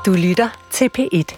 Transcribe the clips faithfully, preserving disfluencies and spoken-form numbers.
Du lytter til P et.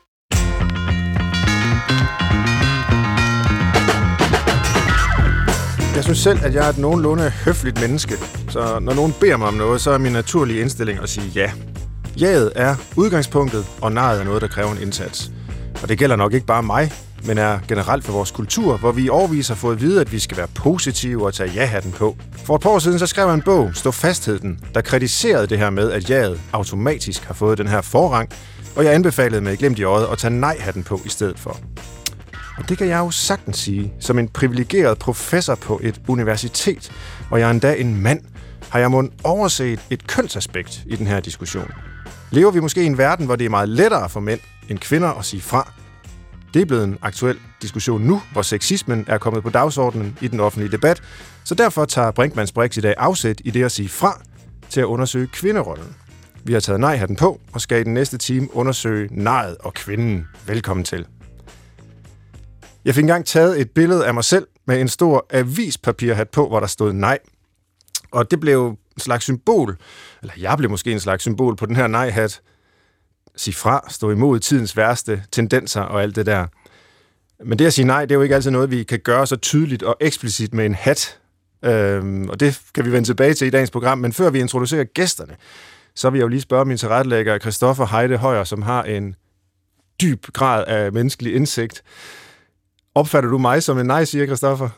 Jeg synes selv, at jeg er et nogenlunde høfligt menneske, så når nogen beder mig om noget, så er min naturlige indstilling at sige ja. Jaet er udgangspunktet, og nejet er noget, der kræver en indsats. Og det gælder nok ikke bare mig, men er generelt for vores kultur, hvor vi i årevis har fået at vide, at vi skal være positive og tage ja-hatten på. For et par år siden så skrev jeg en bog, Stå fastheden, der kritiserede det her med, at jaet automatisk har fået den her forrang, og jeg anbefalede med glimt i øjet at tage nej-hatten på i stedet for. Og det kan jeg jo sagtens sige, som en privilegeret professor på et universitet, og jeg er endda en mand, har jeg måtte overset et kønsaspekt i den her diskussion. Lever vi måske i en verden, hvor det er meget lettere for mænd end kvinder at sige fra? Det er blevet en aktuel diskussion nu, hvor sexismen er kommet på dagsordenen i den offentlige debat, så derfor tager Brinkmanns Brix i dag afsæt i det at sige fra til at undersøge kvinderollen. Vi har taget nej-hatten på, og skal i den næste time undersøge nejet og kvinden. Velkommen til. Jeg fik engang taget et billede af mig selv med en stor avispapirhat på, hvor der stod nej. Og det blev en slags symbol, eller jeg blev måske en slags symbol på den her nej-hat. Sig fra, stå imod tidens værste tendenser og alt det der. Men det at sige nej, det er jo ikke altid noget, vi kan gøre så tydeligt og eksplicit med en hat. Øhm, og det kan vi vende tilbage til i dagens program. Men før vi introducerer gæsterne, så vil jeg jo lige spørge min tilrettelægger, Christoffer Heide Højer, som har en dyb grad af menneskelig indsigt. Opfatter du mig som en nej, siger Christoffer?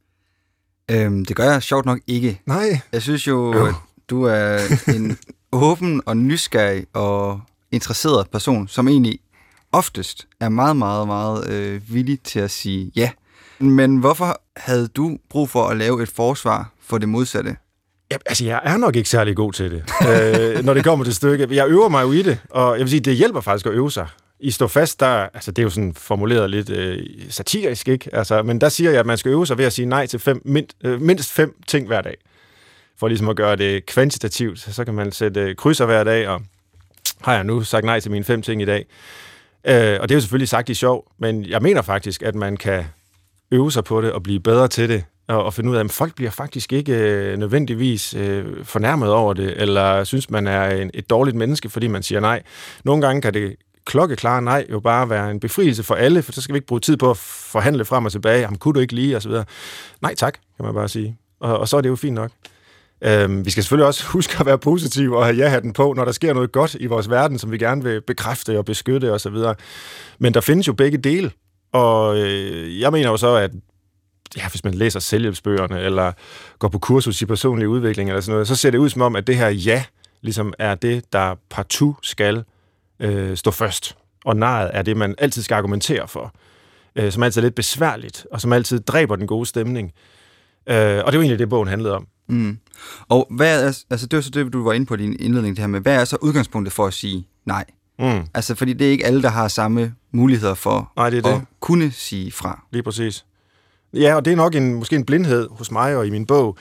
Øhm, det gør jeg sjovt nok ikke. Nej. Jeg synes jo, oh. at du er en åben og nysgerrig og interesseret person, som egentlig oftest er meget, meget, meget øh, villig til at sige ja. Men hvorfor havde du brug for at lave et forsvar for det modsatte? Ja, altså, jeg er nok ikke særlig god til det, øh, når det kommer til stykket. Jeg øver mig jo i det, og jeg vil sige, det hjælper faktisk at øve sig. I Stå fast, der, altså det er jo sådan formuleret lidt øh, satirisk, ikke? Altså, men der siger jeg, at man skal øve sig ved at sige nej til fem, mind, øh, mindst fem ting hver dag. For ligesom at gøre det kvantitativt, så kan man sætte øh, krydser hver dag, og har jeg nu sagt nej til mine fem ting i dag. Øh, og det er jo selvfølgelig sagt i sjov, men jeg mener faktisk, at man kan øve sig på det og blive bedre til det, og, og finde ud af, at folk bliver faktisk ikke øh, nødvendigvis øh, fornærmet over det, eller synes, man er en, et dårligt menneske, fordi man siger nej. Nogle gange kan det klokkeklare nej jo bare være en befrielse for alle, for så skal vi ikke bruge tid på at forhandle frem og tilbage. Jamen, kunne du ikke lide, og så videre. Nej tak, kan man bare sige. Og, og så er det jo fint nok. Øhm, vi skal selvfølgelig også huske at være positive og have ja-hatten på, når der sker noget godt i vores verden, som vi gerne vil bekræfte og beskytte og så videre. Men der findes jo begge dele, og øh, jeg mener jo så, at ja, hvis man læser selvhjælpsbøgerne, eller går på kursus i personlig udvikling, eller sådan noget, så ser det ud som om, at det her ja, ligesom er det, der partout skal øh, stå først. Og nejet er det, man altid skal argumentere for, øh, som altid er lidt besværligt, og som altid dræber den gode stemning. Øh, og det er jo egentlig det, bogen handlede om. Mm. Og hvad er, altså det var så det, du var inde på i din indledning, det her med, hvad er så udgangspunktet for at sige nej? Mm. Altså, fordi det er ikke alle, der har samme muligheder for nej, det er det. At kunne sige fra. Lige præcis. Ja, og det er nok en, måske en blindhed hos mig og i min bog,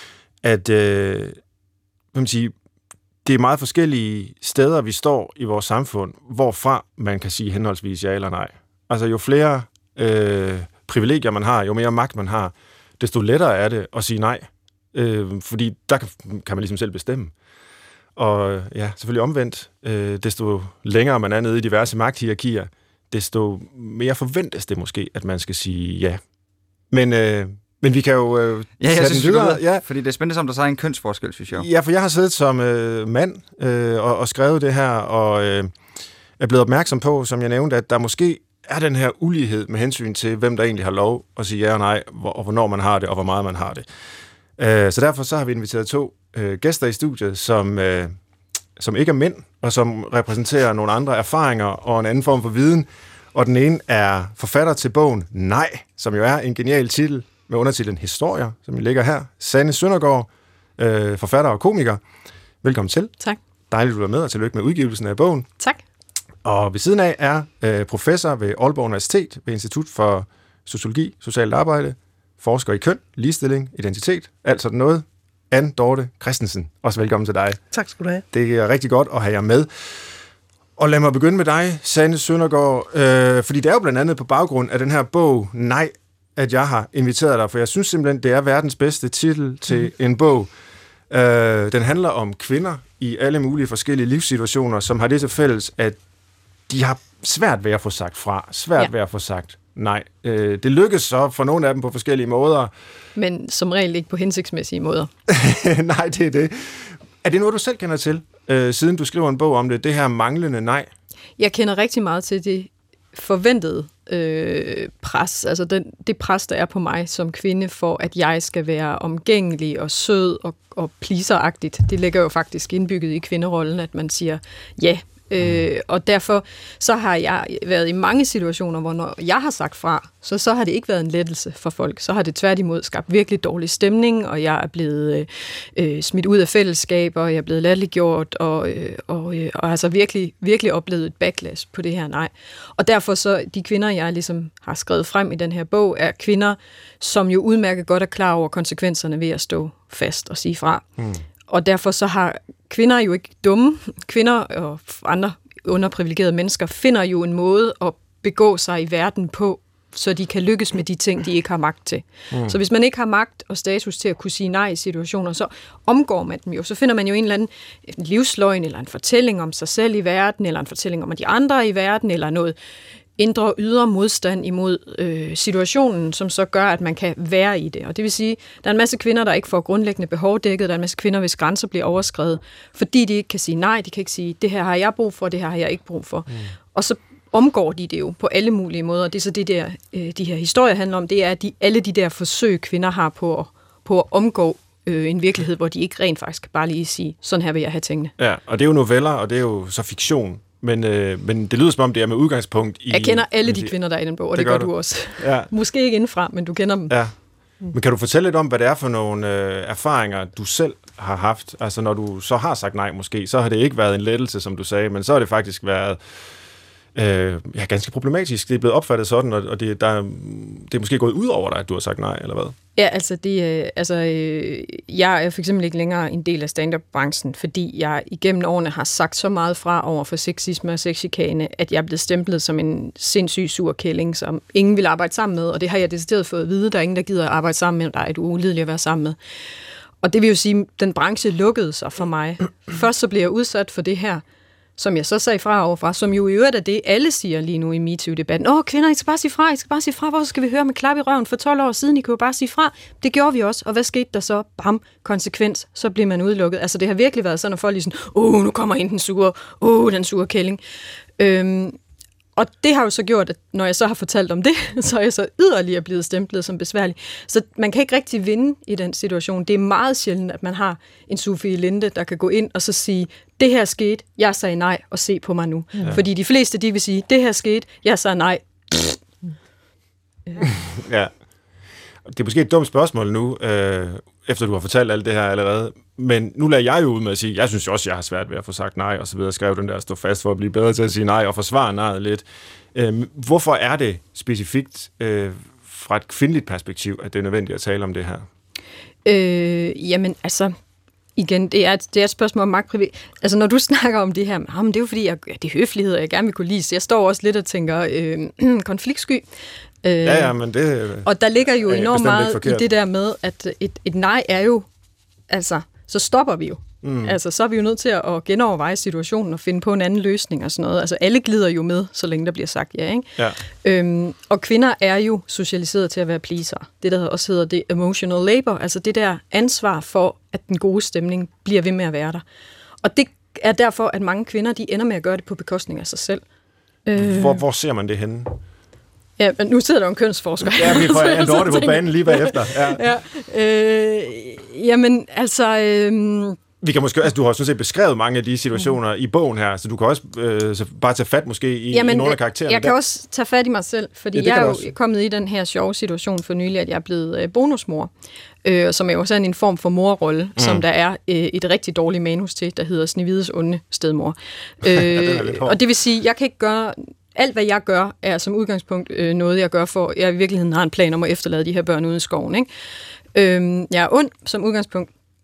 at øh, hvad man siger, det er meget forskellige steder, vi står i vores samfund, hvorfra man kan sige henholdsvis ja eller nej. Altså, jo flere øh, privilegier man har, jo mere magt man har, desto lettere er det at sige nej. Øh, fordi der kan, kan man ligesom selv bestemme. Og ja, selvfølgelig omvendt, øh, desto længere man er nede i diverse magthierarkier, desto mere forventes det måske, at man skal sige ja. Men, øh, men vi kan jo øh, ja, jeg synes, den videre. Ja. Fordi det er spændende, som der så er en kønsforskel, synes jeg. Ja, for jeg har siddet som øh, mand øh, og, og skrevet det her, og øh, er blevet opmærksom på, som jeg nævnte, at der måske er den her ulighed med hensyn til, hvem der egentlig har lov at sige ja og nej, og hvornår man har det, og hvor meget man har det. Så derfor så har vi inviteret to øh, gæster i studiet, som, øh, som ikke er mænd, og som repræsenterer nogle andre erfaringer og en anden form for viden. Og den ene er forfatter til bogen Nej, som jo er en genial titel med undertitlen Historier, som vi ligger her. Sanne Søndergaard, øh, forfatter og komiker. Velkommen til. Tak. Dejligt, du er med, og tillykke med udgivelsen af bogen. Tak. Og ved siden af er øh, professor ved Aalborg Universitet ved Institut for Sociologi, Socialt Arbejde, forsker i køn, ligestilling, identitet, alt sådan noget. Anne Dorte Christensen, også velkommen til dig. Tak skal du have. Det er rigtig godt at have jer med. Og lad mig begynde med dig, Sanne Søndergaard, øh, fordi det er jo blandt andet på baggrund af den her bog, Nej, at jeg har inviteret dig, for jeg synes simpelthen, det er verdens bedste titel til mm. en bog. Øh, den handler om kvinder i alle mulige forskellige livssituationer, som har det til fælles, at de har svært ved at få sagt fra, svært ja. ved at få sagt nej. Øh, det lykkes så for nogle af dem på forskellige måder. Men som regel ikke på hensigtsmæssige måder. Nej, det er det. Er det noget, du selv kender til, øh, siden du skriver en bog om det, det her manglende nej? Jeg kender rigtig meget til det forventede øh, pres, altså den, det pres, der er på mig som kvinde, for at jeg skal være omgængelig og sød og, og pleaseragtigt. Det ligger jo faktisk indbygget i kvinderollen, at man siger ja. Øh, og derfor så har jeg været i mange situationer, hvor når jeg har sagt fra, så, så har det ikke været en lettelse for folk. Så har det tværtimod skabt virkelig dårlig stemning, og jeg er blevet øh, smidt ud af fællesskaber, og jeg er blevet latterliggjort, og, øh, og, øh, og altså virkelig, virkelig oplevet et backlash på det her nej. Og derfor så de kvinder, jeg ligesom har skrevet frem i den her bog, er kvinder, som jo udmærket godt er klar over konsekvenserne ved at stå fast og sige fra. Mm. Og derfor så har kvinder jo ikke dumme. Kvinder og andre underprivilegerede mennesker finder jo en måde at begå sig i verden på, så de kan lykkes med de ting, de ikke har magt til. Mm. Så hvis man ikke har magt og status til at kunne sige nej i situationer, så omgår man dem jo. Så finder man jo en eller anden livsløgn, eller en fortælling om sig selv i verden, eller en fortælling om de andre i verden, eller noget indre og ydre modstand imod øh, situationen, som så gør, at man kan være i det. Og det vil sige, der er en masse kvinder, der ikke får grundlæggende behov dækket, der er en masse kvinder, hvis grænser bliver overskredet, fordi de ikke kan sige nej, de kan ikke sige, det her har jeg brug for, det her har jeg ikke brug for. Mm. Og så omgår de det jo på alle mulige måder. Det er så det der, øh, de her historier handler om, det er de, alle de der forsøg, kvinder har på at, på at omgå øh, en virkelighed, hvor de ikke rent faktisk bare lige sige, sådan her vil jeg have tingene. Ja, og det er jo noveller, og det er jo så fiktion. Men, øh, men det lyder som om, det er med udgangspunkt i... Jeg kender alle de kvinder, der er i den bog, og det, det gør du, du også. Ja. Måske ikke indfra, men du kender dem. Ja. Men kan du fortælle lidt om, hvad det er for nogle øh, erfaringer, du selv har haft? Altså, når du så har sagt nej måske, så har det ikke været en lettelse, som du sagde, men så har det faktisk været øh, ja, ganske problematisk. Det er blevet opfattet sådan, og det, der, det er måske gået ud over dig, at du har sagt nej, eller hvad? Ja, altså, det, øh, altså øh, jeg er for eksempel ikke længere en del af stand-up-branchen, fordi jeg igennem årene har sagt så meget fra over for sexisme og sexchikane, at jeg er blevet stemplet som en sindssyg sur kælling, som ingen vil arbejde sammen med, og det har jeg decideret fået at vide. Der er ingen, der gider at arbejde sammen med, der er du ulideligt at være sammen med. Og det vil jo sige, at den branche lukkede sig for mig. Først så blev jeg udsat for det her, som jeg så sagde fra overfra, som jo i øvrigt er det, alle siger lige nu i MeToo-debatten. Åh, kvinder, I skal bare sige fra, I skal bare sige fra. Hvorfor skal vi høre med klap i røven for tolv år siden? I kunne jo bare sige fra. Det gjorde vi også. Og hvad skete der så? Bam, konsekvens. Så bliver man udelukket. Altså, det har virkelig været sådan, at folk lige sådan, åh, nu kommer ind den sure, åh, den sure kælling. Øhm, og det har jo så gjort, at når jeg så har fortalt om det, så er jeg så yderligere blevet stemplet som besværlig. Så man kan ikke rigtig vinde i den situation. Det er meget sjældent, at man har en Sofie Linde, der kan gå ind og så sige, det her skete, jeg sagde nej, og se på mig nu. Ja. Fordi de fleste, de vil sige, det her skete, jeg sagde nej. Ja. Ja. Det er måske et dumt spørgsmål nu, øh, efter du har fortalt alt det her allerede, men nu lader jeg jo ud med at sige, jeg synes jo også, jeg har svært ved at få sagt nej, og så videre, skrev den der stå fast for at blive bedre til at sige nej, og forsvare nejet lidt. Øh, hvorfor er det specifikt øh, fra et kvindeligt perspektiv, at det er nødvendigt at tale om det her? Øh, jamen, altså... Igen, det er, det er et spørgsmål om magtprivilegier. Altså, når du snakker om det her, ah, men det er jo fordi, jeg, det er høflighed, og jeg gerne vil kunne lide. Så jeg står også lidt og tænker, øh, konfliktsky. Øh, ja, ja, men det... Og der ligger jo enormt meget i det der med, at et, et nej er jo... Altså, så stopper vi jo. Mm. Altså, så er vi jo nødt til at, at genoverveje situationen og finde på en anden løsning og sådan noget. Altså, alle glider jo med, så længe der bliver sagt ja, ikke? Ja. Øhm, og kvinder er jo socialiseret til at være pleaser. Det, der også hedder det emotional labor, altså det der ansvar for, at den gode stemning bliver ved med at være der. Og det er derfor, at mange kvinder, de ender med at gøre det på bekostning af sig selv. Hvor, hvor ser man det henne? Ja, men nu sidder der jo en kønsforsker. Ja, vi får en Dorte på banen lige bagefter. Ja. Ja, øh, jamen, altså... Øh, Vi kan måske, altså du har sådan set beskrevet mange af de situationer mm. i bogen her, så du kan også øh, så bare tage fat måske i, Jamen, i nogle af karaktererne. Jeg kan der. også tage fat i mig selv, fordi ja, jeg er jo også. kommet i den her sjove situation for nylig, at jeg er blevet øh, bonusmor, øh, som er jo sådan en form for morrolle, mm. som der er øh, et rigtig dårligt manus til, der hedder Snevides onde stedmor. Øh, og det vil sige, jeg kan ikke gøre... Alt, hvad jeg gør, er som udgangspunkt øh, noget, jeg gør for, jeg i virkeligheden har en plan om at efterlade de her børn ude i skoven. Ikke? Øh, jeg er ond som udgangspunkt.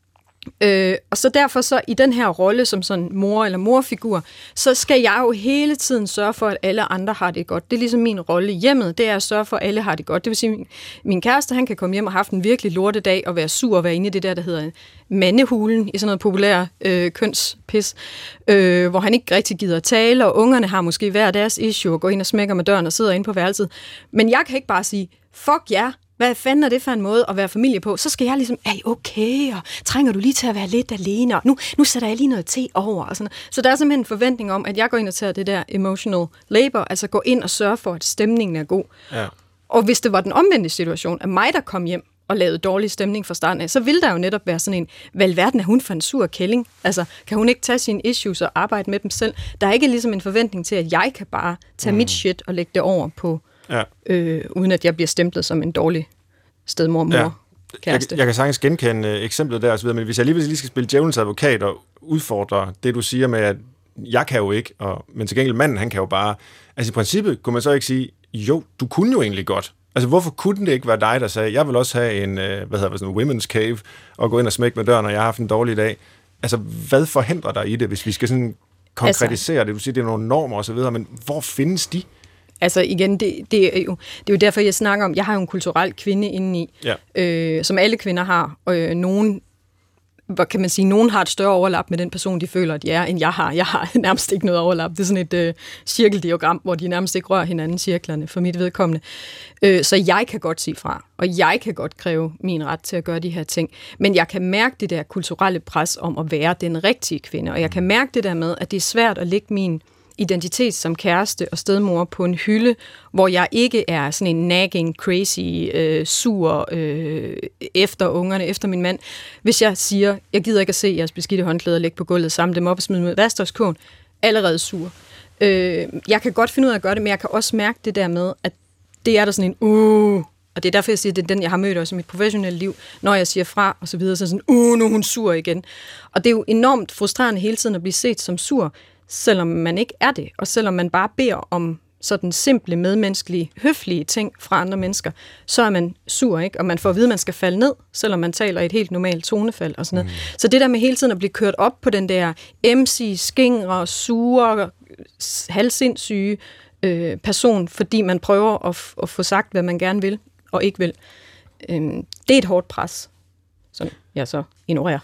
Øh, og så derfor så i den her rolle som sådan mor eller morfigur, så skal jeg jo hele tiden sørge for, at alle andre har det godt. Det er ligesom min rolle i hjemmet, det er at sørge for, at alle har det godt. Det vil sige, min, min kæreste, han kan komme hjem og have haft en virkelig lortedag og være sur og være inde i det der, der hedder mandehulen, i sådan noget populær øh, kønspis, øh, hvor han ikke rigtig gider at tale, og ungerne har måske hver deres issue og går ind og smækker med døren og sidder inde på værelset. Men jeg kan ikke bare sige, fuck ja, yeah. Hvad fanden er det for en måde at være familie på? Så skal jeg ligesom, er I okay? Og trænger du lige til at være lidt alene? Og nu, nu sætter jeg lige noget te over. Og sådan. Så der er simpelthen en forventning om, at jeg går ind og tager det der emotional labor, altså går ind og sørger for, at stemningen er god. Ja. Og hvis det var den omvendte situation, at mig, der kom hjem og lavede dårlig stemning fra starten af, så ville der jo netop være sådan en, hvad i verden er hun for en sur kælling? Altså, kan hun ikke tage sine issues og arbejde med dem selv? Der er ikke ligesom en forventning til, at jeg kan bare tage mm. mit shit og lægge det over på... Ja. Øh, uden at jeg bliver stemplet som en dårlig stedmor, mor, ja. kæreste. Jeg, jeg kan sagtens genkende øh, eksemplet der og så videre, men hvis jeg lige, lige skal spille djævelens advokat og udfordre det, du siger med, at jeg kan jo ikke, og, men til gengæld manden, han kan jo bare... Altså i princippet kunne man så ikke sige, jo, du kunne jo egentlig godt. Altså hvorfor kunne det ikke være dig, der sagde, jeg vil også have en, øh, hvad hedder det, sådan en women's cave, og gå ind og smække med døren, når jeg har haft en dårlig dag. Altså hvad forhindrer dig i det, hvis vi skal sådan konkretisere altså, det? Du siger, det er nogle normer og så videre, men hvor findes de? Altså igen, det, det, er jo, det er jo derfor, jeg snakker om, jeg har jo en kulturel kvinde indeni, ja. øh, som alle kvinder har. Øh, nogen, hvad kan man sige, nogen har et større overlap med den person, de føler, at de er, end jeg har. Jeg har nærmest ikke noget overlap. Det er sådan et øh, cirkeldiagram, hvor de nærmest ikke rører hinanden cirklerne, for mit vedkommende. Øh, så jeg kan godt sige fra, og jeg kan godt kræve min ret til at gøre de her ting. Men jeg kan mærke det der kulturelle pres om at være den rigtige kvinde, og jeg kan mærke det der med, at det er svært at lægge min identitet som kæreste og stedmor på en hylde, hvor jeg ikke er sådan en nagging, crazy, øh, sur øh, efter ungerne, efter min mand. Hvis jeg siger, jeg gider ikke at se jeres beskidte håndklæder lægge på gulvet, samle dem op og smide med vasketøjskurven, allerede sur. Øh, jeg kan godt finde ud af at gøre det, men jeg kan også mærke det der med, at det er der sådan en uh, og det er derfor, jeg siger, at det er den, jeg har mødt også i mit professionelle liv, når jeg siger fra og så videre, så er sådan, uh, nu er hun sur igen. Og det er jo enormt frustrerende hele tiden at blive set som sur, selvom man ikke er det, og selvom man bare beder om sådan simple, medmenneskelige, høflige ting fra andre mennesker, så er man sur, ikke? Og man får at vide, at man skal falde ned, selvom man taler i et helt normalt tonefald og sådan noget. Mm. Så det der med hele tiden at blive kørt op på den der M C, skingre, sure, halvsindssyge øh, person, fordi man prøver at, f- at få sagt, hvad man gerne vil og ikke vil, øh, det er et hårdt pres, som jeg så ignorerer.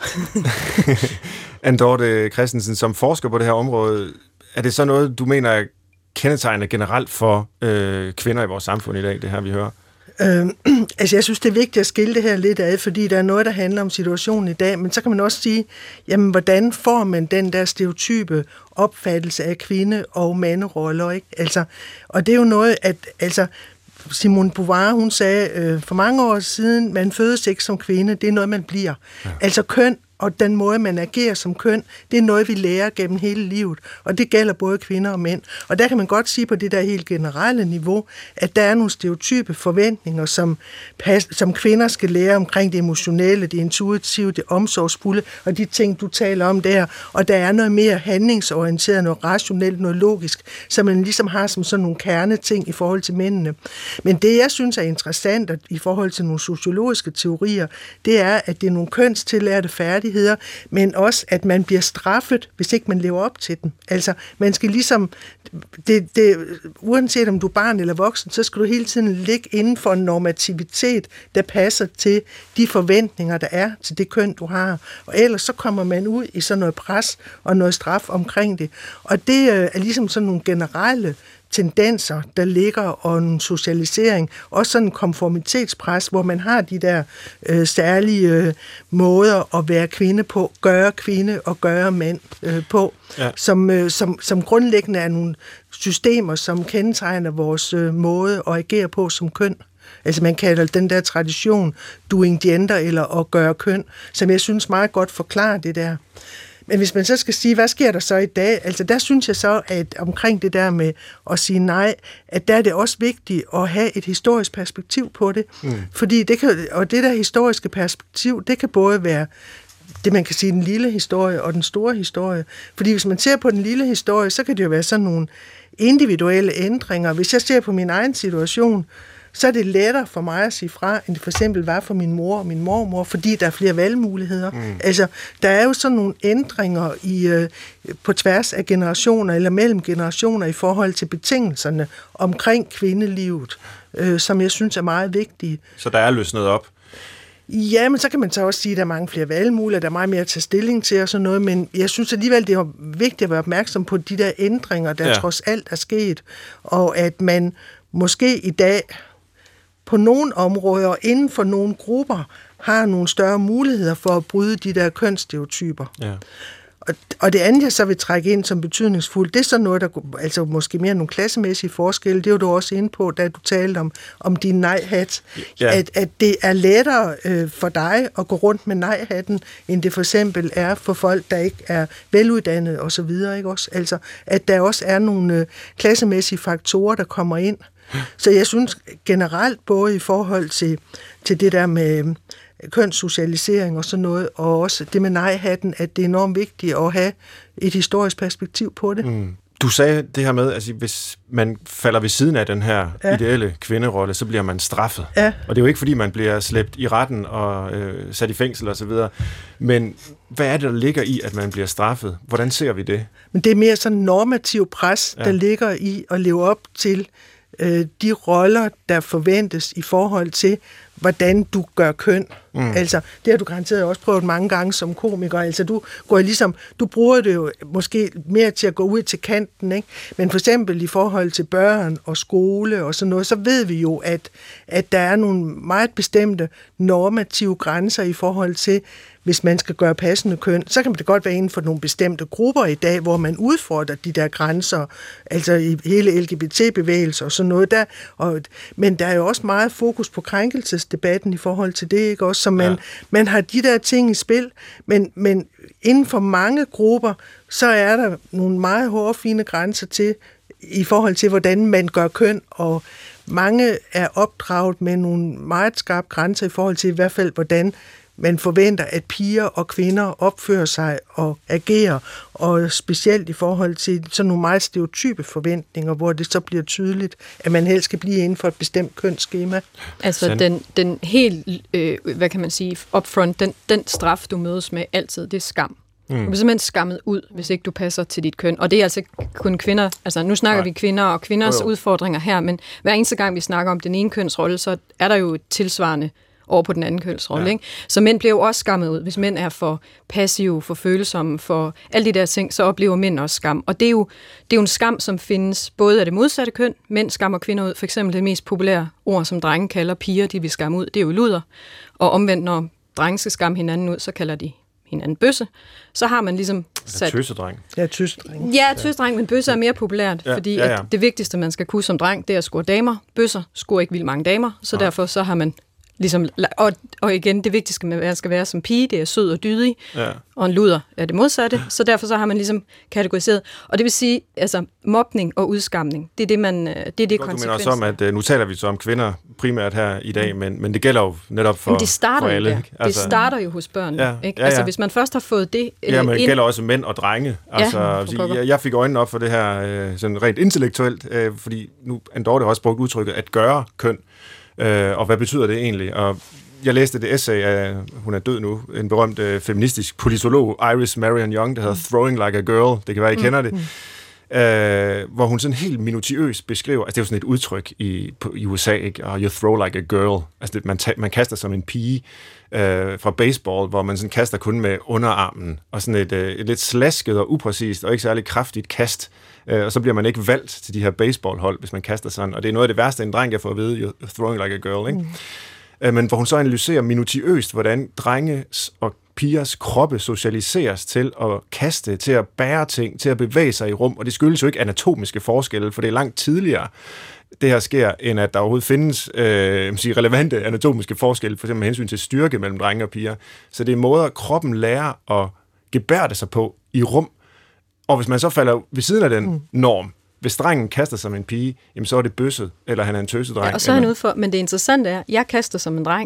Anne Dorthe Christensen, som forsker på det her område, er det så noget, du mener er kendetegnende generelt for øh, kvinder i vores samfund i dag, det her vi hører? Øh, altså jeg synes, det er vigtigt at skille det her lidt af, fordi der er noget, der handler om situationen i dag, men så kan man også sige, jamen hvordan får man den der stereotype opfattelse af kvinde- og manderoller, ikke? Altså, og det er jo noget, at altså, Simone Beauvoir, hun sagde øh, for mange år siden, man fødes ikke som kvinde, det er noget, man bliver. Ja. Altså køn og den måde, man agerer som køn, det er noget, vi lærer gennem hele livet, og det gælder både kvinder og mænd. Og der kan man godt sige på det der helt generelle niveau, at der er nogle stereotype forventninger, som, som kvinder skal lære omkring det emotionelle, det intuitive, det omsorgsfulde, og de ting, du taler om der. Og der er noget mere handlingsorienteret, noget rationelt, noget logisk, som man ligesom har som sådan nogle kerneting i forhold til mændene. Men det, jeg synes er interessant i forhold til nogle sociologiske teorier, det er, at det er nogle kønstillærte færdigheder, men også, at man bliver straffet, hvis ikke man lever op til den. Altså, man skal ligesom, det, det, uanset om du er barn eller voksen, så skal du hele tiden ligge inden for en normativitet, der passer til de forventninger, der er til det køn, du har. Og ellers så kommer man ud i sådan noget pres og noget straf omkring det. Og det er ligesom sådan nogle generelle tendenser, der ligger, og en socialisering, også sådan en konformitetspres, hvor man har de der øh, særlige øh, måder at være kvinde på, gøre kvinde og gøre mand øh, på, ja. som, øh, som, som grundlæggende er nogle systemer, som kendetegner vores øh, måde at agere på som køn. Altså man kalder den der tradition doing gender, eller at gøre køn, som jeg synes meget godt forklarer det der. Men hvis man så skal sige, hvad sker der så i dag? Altså der synes jeg så, at omkring det der med at sige nej, at der er det også vigtigt at have et historisk perspektiv på det. Mm. Fordi det kan, og det der historiske perspektiv, det kan både være det, man kan sige, den lille historie og den store historie. Fordi hvis man ser på den lille historie, så kan det jo være sådan nogle individuelle ændringer. Hvis jeg ser på min egen situation, så er det lettere for mig at sige fra, end det for eksempel var for min mor og min mormor, fordi der er flere valgmuligheder. Mm. Altså, der er jo sådan nogle ændringer i, øh, på tværs af generationer eller mellem generationer i forhold til betingelserne omkring kvindelivet, øh, som jeg synes er meget vigtige. Så der er løsnet op? Ja, men så kan man så også sige, at der er mange flere valgmuligheder, der er meget mere at tage stilling til og sådan noget, men jeg synes alligevel, det er vigtigt at være opmærksom på de der ændringer, der ja. trods alt er sket, og at man måske i dag på nogle områder og inden for nogle grupper har nogle større muligheder for at bryde de der kønsstereotyper. Ja. Og, og det andet, jeg så vil trække ind som betydningsfuldt, det er så noget, der altså måske mere nogle klassemæssige forskelle, det var du også inde på, da du talte om, om din nej-hat, ja. at, at det er lettere øh, for dig at gå rundt med nej-hatten, end det for eksempel er for folk, der ikke er veluddannede osv., ikke også? Altså, at der også er nogle øh, klassemæssige faktorer, der kommer ind. Så jeg synes generelt, både i forhold til, til det der med kønssocialisering og sådan noget, og også det med nej-hatten, at det er enormt vigtigt at have et historisk perspektiv på det. Mm. Du sagde det her med, altså hvis man falder ved siden af den her ja. ideelle kvinderolle, så bliver man straffet. Ja. Og det er jo ikke, fordi man bliver slæbt i retten og øh, sat i fængsel og så videre. Men hvad er det, der ligger i, at man bliver straffet? Hvordan ser vi det? Men det er mere sådan normativ pres, ja. der ligger i at leve op til øh, de roller, der forventes i forhold til, hvordan du gør køn. Mm. Altså, det har du garanteret også prøvet mange gange som komiker. Altså, du går ligesom, du bruger det jo måske mere til at gå ud til kanten, ikke? Men for eksempel i forhold til børn og skole og sådan noget, så ved vi jo, at, at der er nogle meget bestemte normative grænser i forhold til, hvis man skal gøre passende køn, så kan det godt være inden for nogle bestemte grupper i dag, hvor man udfordrer de der grænser, altså i hele L G B T-bevægelser og sådan noget der. Og, men der er jo også meget fokus på krænkelsesdebatten i forhold til det, ikke også? Så man, ja. man har de der ting i spil, men, men inden for mange grupper, så er der nogle meget hårde, fine grænser til, i forhold til, hvordan man gør køn, og mange er opdraget med nogle meget skarpe grænser i forhold til i hvert fald, hvordan man forventer, at piger og kvinder opfører sig og agerer, og specielt i forhold til sådan nogle meget stereotype forventninger, hvor det så bliver tydeligt, at man helst skal blive inden for et bestemt kønsskema. Altså den, den helt, øh, hvad kan man sige, upfront, den, den straf, du mødes med altid, det er skam. Mm. Du bliver simpelthen skammet ud, hvis ikke du passer til dit køn. Og det er altså kun kvinder, altså nu snakker Nej. vi kvinder og kvinders jo, jo. udfordringer her, men hver eneste gang, vi snakker om den ene kønsrolle, så er der jo et tilsvarende over på den anden kønsrolle. Ja. Ikke? Så mænd bliver jo også skammet ud. Hvis mænd er for passive, for følsomme, for alle de der ting, så oplever mænd også skam. Og det er jo, det er jo en skam, som findes både af det modsatte køn. Mænd skammer kvinder ud. For eksempel det mest populære ord, som drenge kalder piger, de vil skamme ud, det er jo luder. Og omvendt, når drenge skal skamme hinanden ud, så kalder de hinanden bøsse. Så har man ligesom sat... Tøsedreng. Ja, tøsedreng. Ja, tøsedreng, men bøsse er mere populært, ja, fordi ja, ja. At det vigtigste, man skal kunne som dreng, det er at score damer. Bøsser scorer ikke vildt mange damer, så ja. derfor så har man ligesom, og, og igen, det vigtigste med, at man skal være som pige, det er sød og dydig, ja. og en luder er det modsatte, så derfor så har man ligesom kategoriseret. Og det vil sige, altså, mobning og udskamning, det er det, man, det er det, det konsekvenser. Du mener også om, at nu taler vi så om kvinder primært her i dag, men, men det gælder jo netop for, det starter for alle. Jo altså, det starter jo hos børn. Ja, ikke? Ja, ja. Altså, hvis man først har fået det øh, Ja, men det ind... gælder også mænd og drenge. Altså, ja, jeg, jeg fik øjnene op for det her øh, sådan rent intellektuelt, øh, fordi nu Dorthe har også brugt udtrykket at gøre køn, øh, og hvad betyder det egentlig? Og jeg læste et essay af, hun er død nu, en berømt øh, feministisk politolog, Iris Marion Young, der hedder mm. Throwing Like a Girl, det kan være, I mm. kender det, mm. øh, hvor hun sådan helt minutiøst beskriver, altså det er jo sådan et udtryk i, på, i U S A, ikke? Og you throw like a girl, altså det, man, ta- man kaster som en pige øh, fra baseball, hvor man sådan kaster kun med underarmen, og sådan et, øh, et lidt slasket og upræcist, og ikke særlig kraftigt kast, øh, og så bliver man ikke valgt til de her baseballhold, hvis man kaster sådan, og det er noget af det værste, en dreng kan få at vide, you're throwing like a girl, ikke? Mm. Men hvor hun så analyserer minutiøst, hvordan drenges og pigers kroppe socialiseres til at kaste, til at bære ting, til at bevæge sig i rum, og det skyldes jo ikke anatomiske forskelle, for det er langt tidligere, det her sker, end at der overhovedet findes øh, sige, relevante anatomiske forskelle, for eksempel med hensyn til styrke mellem drenge og piger. Så det er måder, kroppen lærer at gebærde sig på i rum, og hvis man så falder ved siden af den norm, hvis drengen kaster som en pige, jamen så er det bøsset, eller han er en tøsedreng. Ja, og så er han ude for, men det interessante er, jeg kaster som en dreng.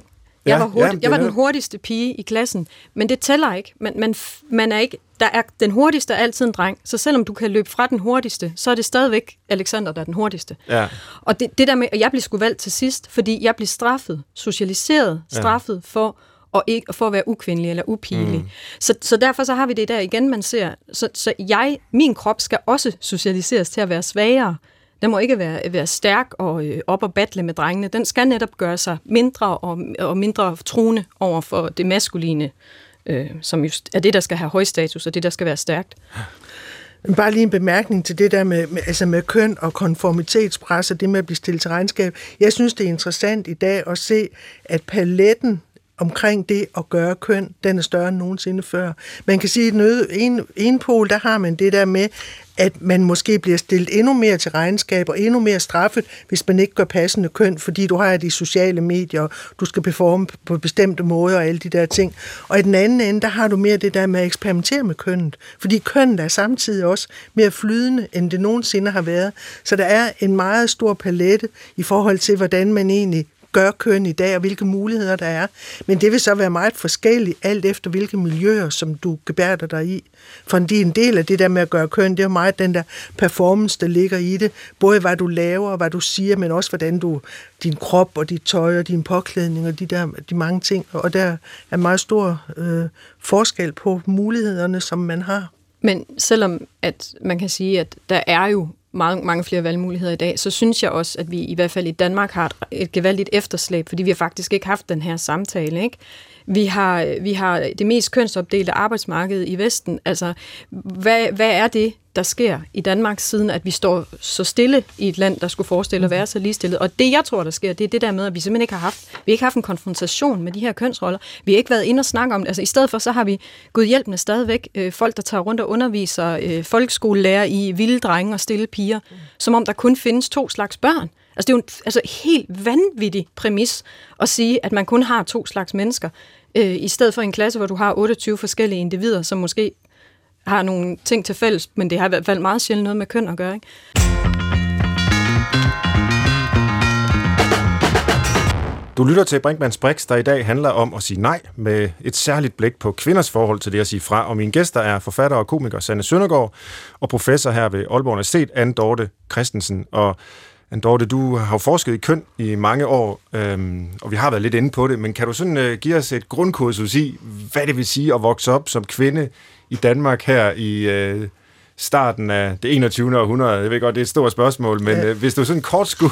Jeg Ja, var, hurtig, ja, jeg var det er- den hurtigste pige i klassen, men det tæller ikke. Man, man, man er ikke. Der er den hurtigste er altid en dreng, så selvom du kan løbe fra den hurtigste, så er det stadigvæk Alexander, der er den hurtigste. Ja. Og det, det der med, at jeg blev sgu valgt til sidst, fordi jeg blev straffet, socialiseret, straffet ja. for og ikke for at være ukvindelig eller upigelig. Mm. Så, så derfor så har vi det der igen, man ser. Så, så jeg, min krop skal også socialiseres til at være svagere. Den må ikke være, være stærk og øh, op og battle med drengene. Den skal netop gøre sig mindre og, og mindre truende over for det maskuline, øh, som just er det, der skal have høj status, og det, der skal være stærkt. Bare lige en bemærkning til det der med, med, altså med køn og konformitetspres og det med at blive stillet til regnskab. Jeg synes, det er interessant i dag at se, at paletten omkring det at gøre køn, den er større end nogensinde før. Man kan sige, at i en, en pol, der har man det der med, at man måske bliver stillet endnu mere til regnskab og endnu mere straffet, hvis man ikke gør passende køn, fordi du har de sociale medier, og du skal performe på bestemte måder og alle de der ting. Og i den anden ende, der har du mere det der med at eksperimentere med kønnet, fordi kønnet er samtidig også mere flydende, end det nogensinde har været. Så der er en meget stor palette i forhold til, hvordan man egentlig gør køn i dag, og hvilke muligheder der er. Men det vil så være meget forskelligt, alt efter hvilke miljøer, som du gebærder dig i. For en del af det der med at gøre køn, det er jo meget den der performance, der ligger i det. Både hvad du laver, og hvad du siger, men også hvordan du, din krop og dit tøj og din påklædning og de, der, de mange ting. Og der er meget stor øh, forskel på mulighederne, som man har. Men selvom at man kan sige, at der er jo mange, mange flere valgmuligheder i dag, så synes jeg også, at vi i hvert fald i Danmark har et, et gevaldigt efterslæb, fordi vi har faktisk ikke haft den her samtale, ikke? Vi har, vi har det mest kønsopdelte arbejdsmarked i Vesten. Altså, hvad, hvad er det, der sker i Danmark, siden at vi står så stille i et land, der skulle forestille at være så ligestillet? Og det, jeg tror, der sker, det er det der med, at vi simpelthen ikke har haft, vi har ikke haft en konfrontation med de her kønsroller. Vi har ikke været inde og snakke om det. Altså, i stedet for, så har vi gået hjælpende stadigvæk øh, folk, der tager rundt og underviser øh, folkeskolelærer i vilde drenge og stille piger, mm. som om der kun findes to slags børn. Altså, det er jo en altså, helt vanvittig præmis at sige, at man kun har to slags mennesker, øh, i stedet for en klasse, hvor du har otteogtyve forskellige individer, som måske har nogle ting til fælles, men det har i hvert fald meget sjældent noget med køn at gøre, ikke? Du lytter til Brinkmanns Brix, der i dag handler om at sige nej med et særligt blik på kvinders forhold til det at sige fra. Og mine gæster er forfatter og komiker Sanne Søndergaard og professor her ved Aalborg Universitet, Anne Dorte Christensen. Og Anne Dorte, du har jo forsket i køn i mange år, øhm, og vi har været lidt inde på det, men kan du sådan øh, give os et grundkursus i, hvad det vil sige at vokse op som kvinde i Danmark her i øh, starten af det enogtyvende århundrede? Jeg ved godt, det er et stort spørgsmål, men øh, hvis du sådan kort skulle,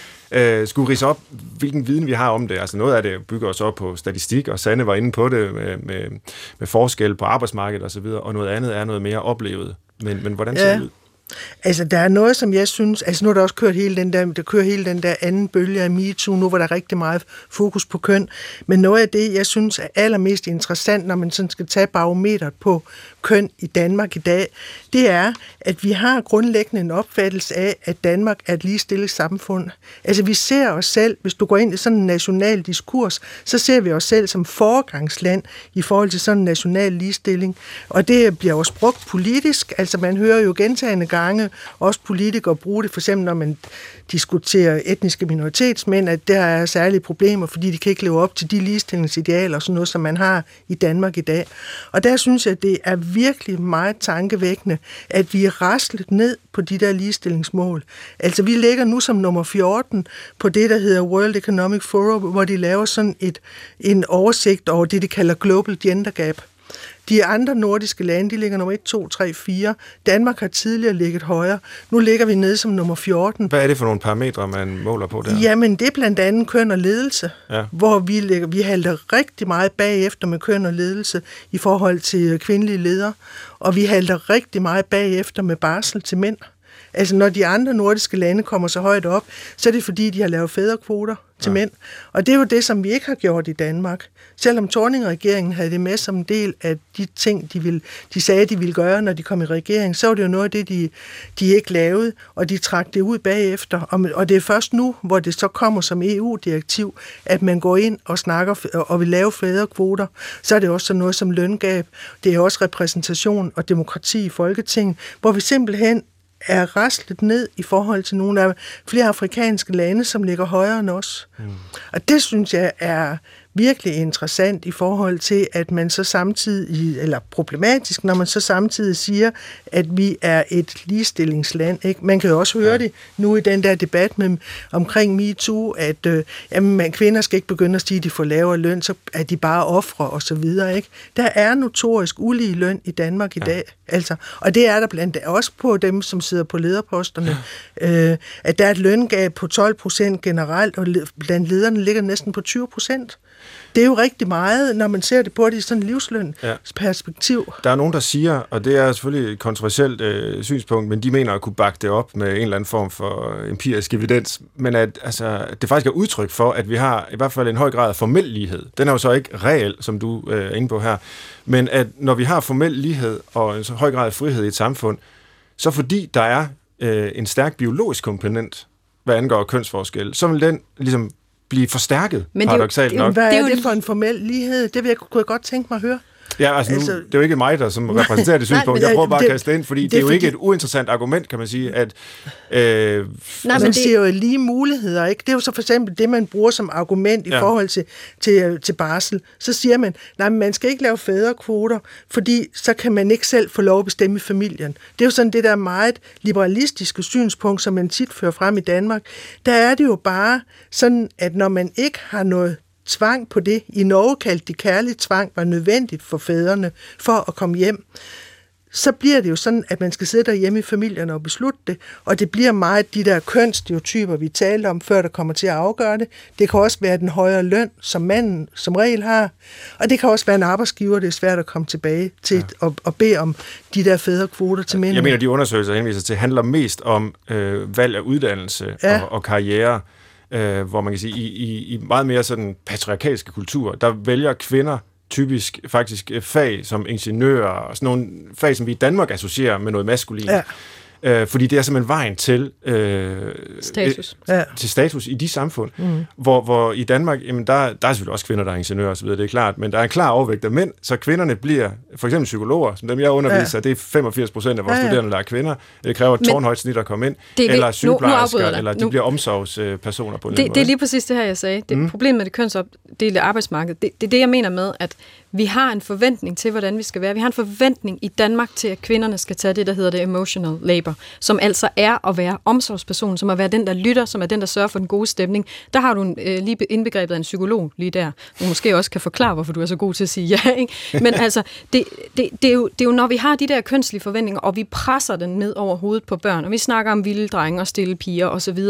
øh, skulle ridse op, hvilken viden vi har om det. Altså noget af det bygger os op på statistik, og Sanne var inde på det med, med, med forskel på arbejdsmarkedet osv., og, og noget andet er noget mere oplevet. Men, men hvordan ser ja. det ud? Altså, der er noget, som jeg synes... Altså, nu er der også kørt hele den der, der kører hele den der anden bølge af MeToo, nu hvor der er rigtig meget fokus på køn. Men noget af det, jeg synes er allermest interessant, når man sådan skal tage barometeret på køn i Danmark i dag, det er, at vi har grundlæggende en opfattelse af, at Danmark er et ligestillet samfund. Altså, vi ser os selv, hvis du går ind i sådan en national diskurs, så ser vi os selv som foregangsland i forhold til sådan en national ligestilling. Og det bliver også brugt politisk. Altså, man hører jo gentagne gange også politikere bruge det, for eksempel når man diskuterer etniske minoritetsmænd, at der er særlige problemer, fordi de kan ikke leve op til de ligestillingsidealer og sådan noget, som man har i Danmark i dag. Og der synes jeg, at det er virkelig meget tankevækkende, at vi er raslet ned på de der ligestillingsmål. Altså, vi ligger nu som nummer fjorten på det, der hedder World Economic Forum, hvor de laver sådan et, en oversigt over det, de kalder Global Gender Gap. De andre nordiske lande, de ligger nummer et, to, tre, fire. Danmark har tidligere ligget højere. Nu ligger vi nede som nummer fjorten. Hvad er det for nogle parametre, man måler på der? Jamen, det er blandt andet køn og ledelse, ja. Hvor vi, ligger, vi halter rigtig meget bagefter med køn og ledelse i forhold til kvindelige ledere, og vi halter rigtig meget bagefter med barsel til mænd. Altså, når de andre nordiske lande kommer så højt op, så er det fordi, de har lavet fædrekvoter til ja. mænd. Og det er jo det, som vi ikke har gjort i Danmark. Selvom Thorning-regeringen havde det med som en del af de ting, de, ville, de sagde, de ville gøre, når de kom i regering, så var det jo noget af det, de, de ikke lavede, og de trak det ud bagefter. Og, og det er først nu, hvor det så kommer som E U-direktiv, at man går ind og snakker og vil lave fædrekvoter. Så er det også sådan noget som løngab. Det er også repræsentation og demokrati i Folketinget, hvor vi simpelthen er raslet ned i forhold til nogle af flere afrikanske lande, som ligger højere end os. Mm. Og det synes jeg er virkelig interessant i forhold til, at man så samtidig, eller problematisk, når man så samtidig siger, at vi er et ligestillingsland. Ikke? Man kan jo også høre ja. det nu i den der debat med, omkring MeToo, at øh, jamen, man, kvinder skal ikke begynde at sige, at de får lavere løn, så er de bare ofre og så videre. Ikke? Der er notorisk ulige løn i Danmark i ja. dag. Altså, og det er der blandt også på dem, som sidder på lederposterne, ja. øh, at der er et løngab på tolv procent generelt, og blandt lederne ligger næsten på tyve procent. Det er jo rigtig meget, når man ser det på det i sådan en livslønsperspektiv. Ja. Der er nogen, der siger, og det er selvfølgelig et kontroversielt øh, synspunkt, men de mener at kunne bakke det op med en eller anden form for empirisk evidens, men at altså, det faktisk er udtryk for, at vi har i hvert fald en høj grad af formel lighed. Den er jo så ikke reel, som du øh, er inde på her, men at når vi har formel lighed og en så høj grad af frihed i et samfund, så fordi der er øh, en stærk biologisk komponent, hvad angår kønsforskel, så vil den ligesom blive forstærket, men paradoksalt nok. Hvad er det for en formel lighed? Det vil jeg, kunne jeg godt tænke mig at høre. Ja, altså, nu, altså det er jo ikke mig, der som repræsenterer det synspunkt. Jeg prøver bare det, at kaste det ind, fordi det, det er jo fordi... ikke et uinteressant argument, kan man sige, at... Øh, Nej, man det... siger jo lige muligheder, ikke? Det er jo så for eksempel det, man bruger som argument i ja. forhold til, til, til barsel. Så siger man, nej, men man skal ikke lave fædrekvoter, fordi så kan man ikke selv få lov at bestemme i familien. Det er jo sådan det der meget liberalistiske synspunkt, som man tit fører frem i Danmark. Der er det jo bare sådan, at når man ikke har noget tvang på det. I Norge kaldte de kærlig tvang var nødvendigt for fædrene for at komme hjem. Så bliver det jo sådan, at man skal sidde derhjemme i familierne og beslutte det, og det bliver meget de der kønsstereotyper, vi talte om, før der kommer til at afgøre det. Det kan også være den højere løn, som manden som regel har, og det kan også være en arbejdsgiver, det er svært at komme tilbage til ja. at, at bede om de der fædrekvoter til mænd. Jeg mener, de undersøgelser henviser til, handler mest om øh, valg af uddannelse ja. og, og karriere, Øh, hvor man kan sige, i, i, i meget mere sådan patriarkalske kulturer, der vælger kvinder typisk faktisk fag som ingeniører og sådan nogle fag, som vi i Danmark associerer med noget maskulin. Ja. Øh, fordi det er simpelthen vejen til, øh, status. Øh, til status i de samfund, mm. hvor, hvor i Danmark, jamen der, der er selvfølgelig også kvinder, der er ingeniører osv., det er klart, men der er en klar overvægt af mænd, så kvinderne bliver, for eksempel psykologer, som dem jeg underviser, ja. det er femogfirs procent af vores ja, ja. studerende, der er kvinder. Det kræver et tårnhøjt snit at komme ind, eller sygeplejersker, eller de nu. bliver omsorgspersoner på en det, det er lige præcis det her, jeg sagde. Det mm. problemet med det kønsopdelte arbejdsmarked, det, det er det, jeg mener med, at vi har en forventning til, hvordan vi skal være. Vi har en forventning i Danmark til, at kvinderne skal tage det, der hedder det emotional labor, som altså er at være omsorgsperson, som at være den, der lytter, som er den, der sørger for den gode stemning. Der har du en, øh, lige indbegrebet af en psykolog lige der. Du måske også kan forklare, hvorfor du er så god til at sige ja. Ikke? Men altså, det, det, det, er jo, det er jo, når vi har de der kønslige forventninger, og vi presser den ned over hovedet på børn, og vi snakker om vilde drenge og stille piger osv.,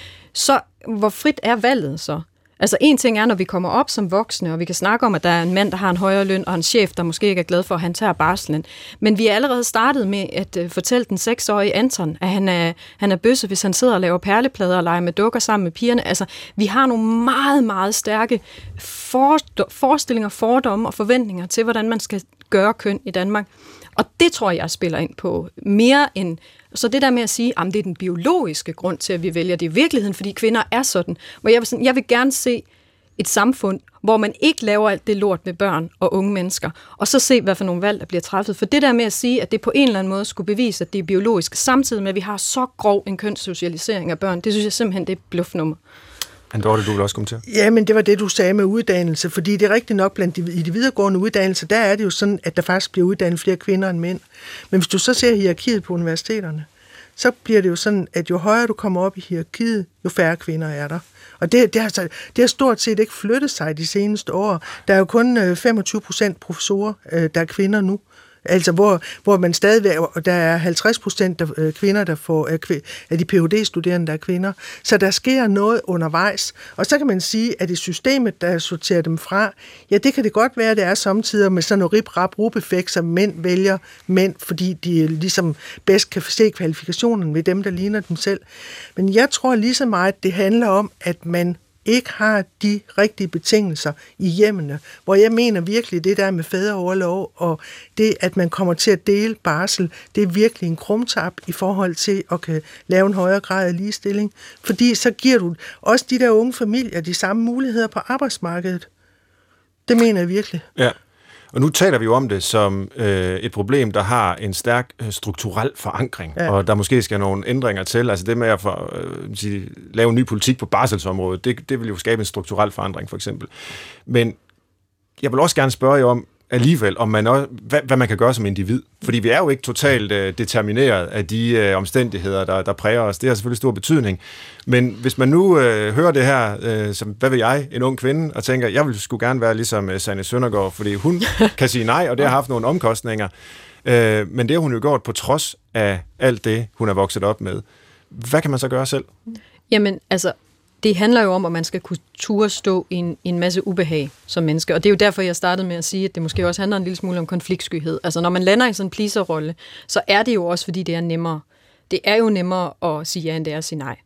så hvor frit er valget så? Altså en ting er, når vi kommer op som voksne, og vi kan snakke om, at der er en mand, der har en højere løn, og en chef, der måske ikke er glad for, at han tager barslen. Men vi er allerede startet med at uh, fortælle den seksårige Anton, at han er, han er bøsse, hvis han sidder og laver perleplader og leger med dukker sammen med pigerne. Altså, vi har nogle meget, meget stærke for, forestillinger, fordomme og forventninger til, hvordan man skal gøre køn i Danmark. Og det tror jeg spiller ind på mere end... Så det der med at sige, at det er den biologiske grund til, at vi vælger det i virkeligheden, fordi kvinder er sådan. Hvor jeg vil, sådan, jeg vil gerne se et samfund, hvor man ikke laver alt det lort med børn og unge mennesker, og så se, hvad for nogle valg, der bliver træffet. For det der med at sige, at det på en eller anden måde skulle bevise, at det er biologisk, samtidig med, at vi har så grov en kønssocialisering af børn, det synes jeg simpelthen, det er et bluffnummer. Dorte, du vil også komme til. Ja, men det var det, du sagde med uddannelse, fordi det er rigtigt nok, blandt de, i de videregående uddannelser, der er det jo sådan, at der faktisk bliver uddannet flere kvinder end mænd. Men hvis du så ser hierarkiet på universiteterne, så bliver det jo sådan, at jo højere du kommer op i hierarkiet, jo færre kvinder er der. Og det, det, har, det har stort set ikke flyttet sig de seneste år. Der er jo kun femogtyve procent professorer, der er kvinder nu. Altså, hvor, hvor man stadigvæk, og der er halvtreds procent af kvinder, der får, af de P H D-studerende, der er kvinder. Så der sker noget undervejs. Og så kan man sige, at det systemet, der sorterer dem fra, ja, det kan det godt være, det er samtidig med sådan noget rip-rap-rup-effekt, som mænd vælger mænd, fordi de ligesom bedst kan se kvalifikationen ved dem, der ligner dem selv. Men jeg tror lige så meget, det handler om, at man ikke har de rigtige betingelser i hjemmene, hvor jeg mener virkelig, det der med fædreorlov og det, at man kommer til at dele barsel, det er virkelig en krumtap i forhold til at kan lave en højere grad af ligestilling, fordi så giver du også de der unge familier de samme muligheder på arbejdsmarkedet. Det mener jeg virkelig. Ja. Og nu taler vi jo om det som øh, et problem, der har en stærk øh, strukturel forankring, ja. Og der måske skal nogle ændringer til. Altså det med at for, øh, sige, lave en ny politik på barselsområdet, det, det vil jo skabe en strukturel forandring, for eksempel. Men jeg vil også gerne spørge jer om, alligevel, om man også, hvad, hvad man kan gøre som individ. Fordi vi er jo ikke totalt øh, determineret af de øh, omstændigheder, der, der præger os. Det har selvfølgelig stor betydning. Men hvis man nu øh, hører det her, øh, som, hvad vil jeg, en ung kvinde, og tænker, jeg vil sgu gerne være ligesom øh, Sanne Søndergaard, fordi hun kan sige nej, og det har haft nogle omkostninger. Øh, men det har hun jo gjort på trods af alt det, hun er vokset op med. Hvad kan man så gøre selv? Jamen, altså, det handler jo om, at man skal kunne turde stå i en, i en masse ubehag som menneske. Og det er jo derfor, jeg startede med at sige, at det måske også handler en lille smule om konfliktskyhed. Altså, når man lander i sådan en pleaser-rolle, så er det jo også, fordi det er nemmere. Det er jo nemmere at sige ja, end det er at sige nej.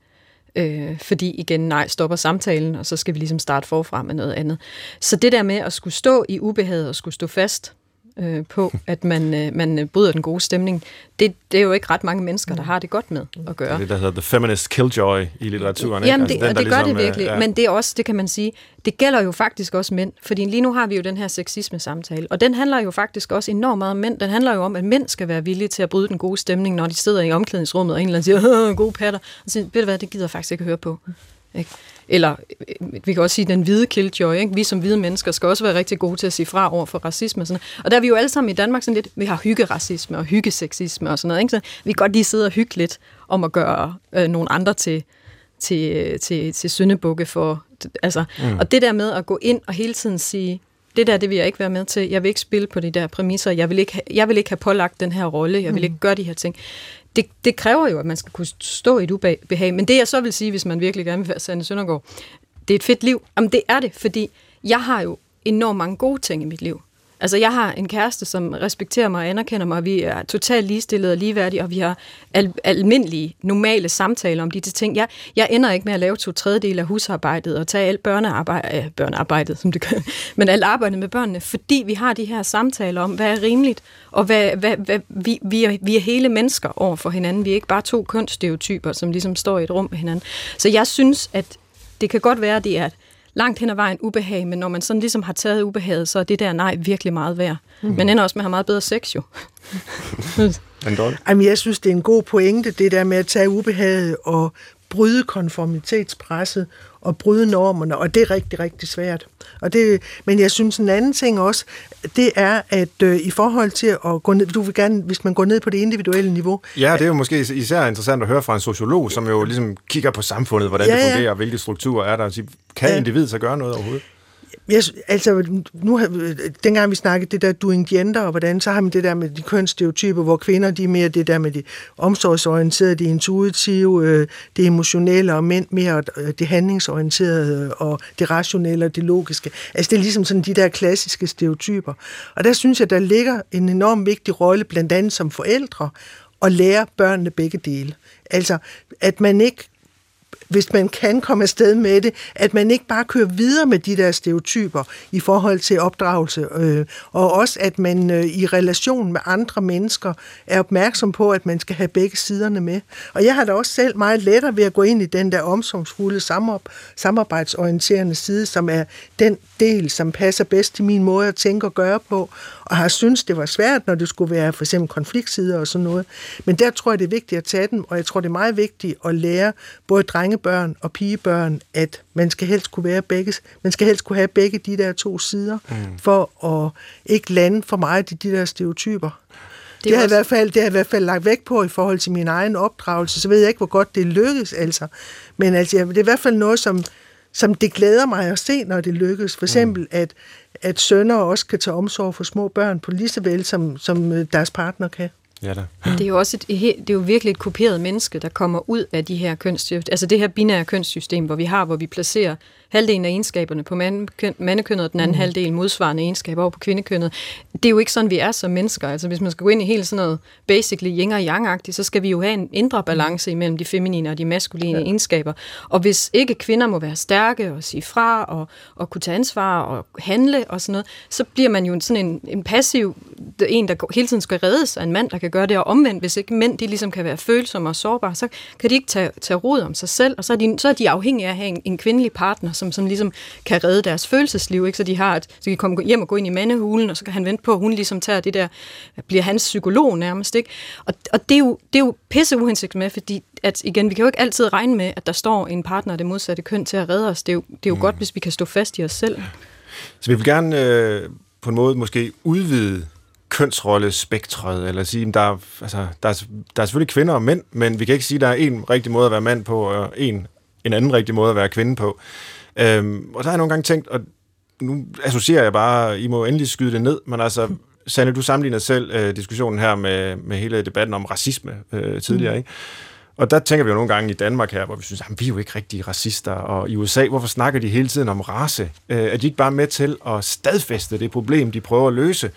Øh, fordi igen, nej stopper samtalen, og så skal vi ligesom starte forfra med noget andet. Så det der med at skulle stå i ubehaget og skulle stå fast øh, på, at man, øh, man bryder den gode stemning, det, det er jo ikke ret mange mennesker, der har det godt med at gøre. Det er det, der hedder the feminist killjoy i litteraturen. Jamen, ikke? det, altså, den, og det gør ligesom, det virkelig, ja. Men det er også, det kan man sige, det gælder jo faktisk også mænd, fordi lige nu har vi jo den her sexisme-samtale, og den handler jo faktisk også enormt meget om mænd. Den handler jo om, at mænd skal være villige til at bryde den gode stemning, når de sidder i omklædningsrummet, og en eller anden siger, gode patter, og siger, ved du hvad, det gider jeg faktisk ikke at høre på. Ikke? Eller vi kan også sige, den hvide killjoy, ikke? Vi som hvide mennesker skal også være rigtig gode til at sige fra over for racisme og sådan noget. Og der er vi jo alle sammen i Danmark sådan lidt, vi har hyggeracisme og hyggeseksisme og sådan noget, ikke? Så vi kan godt lige sidde og hygge lidt om at gøre øh, nogle andre til, til, til, til syndebukke for, altså, mm. Og det der med at gå ind og hele tiden sige, det der, det vil jeg ikke være med til, jeg vil ikke spille på de der præmisser, jeg vil ikke have, jeg vil ikke have pålagt den her rolle, jeg vil ikke gøre de her ting. Det, det kræver jo, at man skal kunne stå i et ubehag. Men det jeg så vil sige, hvis man virkelig gerne vil være Sanne Søndergaard, det er et fedt liv. Jamen det er det, fordi jeg har jo enormt mange gode ting i mit liv. Altså jeg har en kæreste, som respekterer mig og anerkender mig, og vi er totalt ligestillede og ligeværdige, og vi har al- almindelige, normale samtaler om de ting. Jeg, jeg ender ikke med at lave to tredjedel af husarbejdet og tage alt børnearbejde, øh, børnearbejdet, som det gør, men alt arbejdet med børnene, fordi vi har de her samtaler om, hvad er rimeligt, og hvad, hvad, hvad, vi, vi, er, vi er hele mennesker over for hinanden. Vi er ikke bare to kønsstereotyper, som ligesom står i et rum med hinanden. Så jeg synes, at det kan godt være, at det er langt hen ad vejen ubehag, men når man sådan ligesom har taget ubehaget, så er det der nej virkelig meget værd. Mm. Men ender også med at have meget bedre sex, jo. Jamen, jeg synes, det er en god pointe, det der med at tage ubehaget og bryde konformitetspresset og bryde normerne, og det er rigtig, rigtig svært. Og det, men jeg synes, en anden ting også, det er, at øh, i forhold til at gå ned, du vil gerne, hvis man går ned på det individuelle niveau. Ja, det er jo måske især interessant at høre fra en sociolog, som jo ligesom kigger på samfundet, hvordan ja, det fungerer, ja. Hvilke strukturer er der. Kan ja. individet så gøre noget overhovedet? Jeg, altså, nu har, dengang vi snakkede det der doing gender, og hvordan, så har man det der med de kønsstereotyper, hvor kvinder, de er mere det der med de omsorgsorienterede, det intuitive, det emotionelle, og mænd mere det handlingsorienterede, og det rationelle og det logiske. Altså, det er ligesom sådan de der klassiske stereotyper. Og der synes jeg, der ligger en enorm vigtig rolle, blandt andet som forældre, at lære børnene begge dele. Altså, at man ikke, hvis man kan komme afsted med det, at man ikke bare kører videre med de der stereotyper i forhold til opdragelse, øh, og også at man øh, i relation med andre mennesker er opmærksom på, at man skal have begge siderne med. Og jeg har da også selv meget lettere ved at gå ind i den der omsorgsfulde samarbejdsorienterende side, som er den del, som passer bedst til min måde at tænke og gøre på, og har syntes, det var svært, når det skulle være for eksempel konfliktsider og sådan noget. Men der tror jeg, det er vigtigt at tage dem, og jeg tror, det er meget vigtigt at lære både drengebørn og pigebørn, at man skal helst kunne være begge, man skal helst kunne have begge de der to sider, mm. for at ikke lande for meget i de der stereotyper. Det, det, har også... i hvert fald, det har jeg i hvert fald lagt vægt på i forhold til min egen opdragelse, så ved jeg ikke, hvor godt det lykkes, altså. Men altså, det er i hvert fald noget, som, som det glæder mig at se, når det lykkes. For eksempel, mm. at, at sønner også kan tage omsorg for små børn på lige så vel, som, som deres partner kan. Ja da. Det er jo også et, det er jo virkelig et kopieret menneske, der kommer ud af de her kønssystemer. Altså det her binære kønssystem, hvor vi har, hvor vi placerer halvdelen af egenskaberne på mandekønnet, og den anden mm. halvdel modsvarende egenskaber over på kvindekønnet. Det er jo ikke sådan, vi er som mennesker. Altså hvis man skal gå ind i helt sådan noget basically yin og yang-agtigt, så skal vi jo have en indre balance imellem de feminine og de maskuline ja. egenskaber. Og hvis ikke kvinder må være stærke og sige fra og, og kunne tage ansvar og handle og sådan noget, så bliver man jo sådan en, en passiv en, der hele tiden skal reddes af en mand, der kan skal gøre det, og omvendt, hvis ikke mænd, de ligesom kan være følsomme og sårbare, så kan de ikke tage, tage råd om sig selv, og så er de, så er de afhængige af at have en, en kvindelig partner, som, som ligesom kan redde deres følelsesliv, ikke? Så de har et, så de kan komme hjem og gå ind i mandehulen, og så kan han vente på, at hun ligesom tager det der, bliver hans psykolog nærmest, ikke? Og, og det, er jo, det er jo pisse uhensigtsmæssigt med, fordi at igen, vi kan jo ikke altid regne med, at der står en partner af det modsatte køn til at redde os. Det er jo, det er jo mm. godt, hvis vi kan stå fast i os selv. Så vi vil gerne øh, på en måde måske udvide kønsrollespektret, eller sige, at der, altså, der, er, der er selvfølgelig kvinder og mænd, men vi kan ikke sige, at der er en rigtig måde at være mand på, og en, en anden rigtig måde at være kvinde på. Øhm, og der har jeg nogle gange tænkt, og nu associerer jeg bare, I må endelig skyde det ned, men altså, Sanne, du sammenligner selv øh, diskussionen her med, med hele debatten om racisme øh, tidligere, mm. ikke? Og der tænker vi jo nogle gange i Danmark her, hvor vi synes, at vi er jo ikke rigtig racister, og i U S A, hvorfor snakker de hele tiden om race? Øh, er de ikke bare med til at stadfæste det problem, de prøver at løse?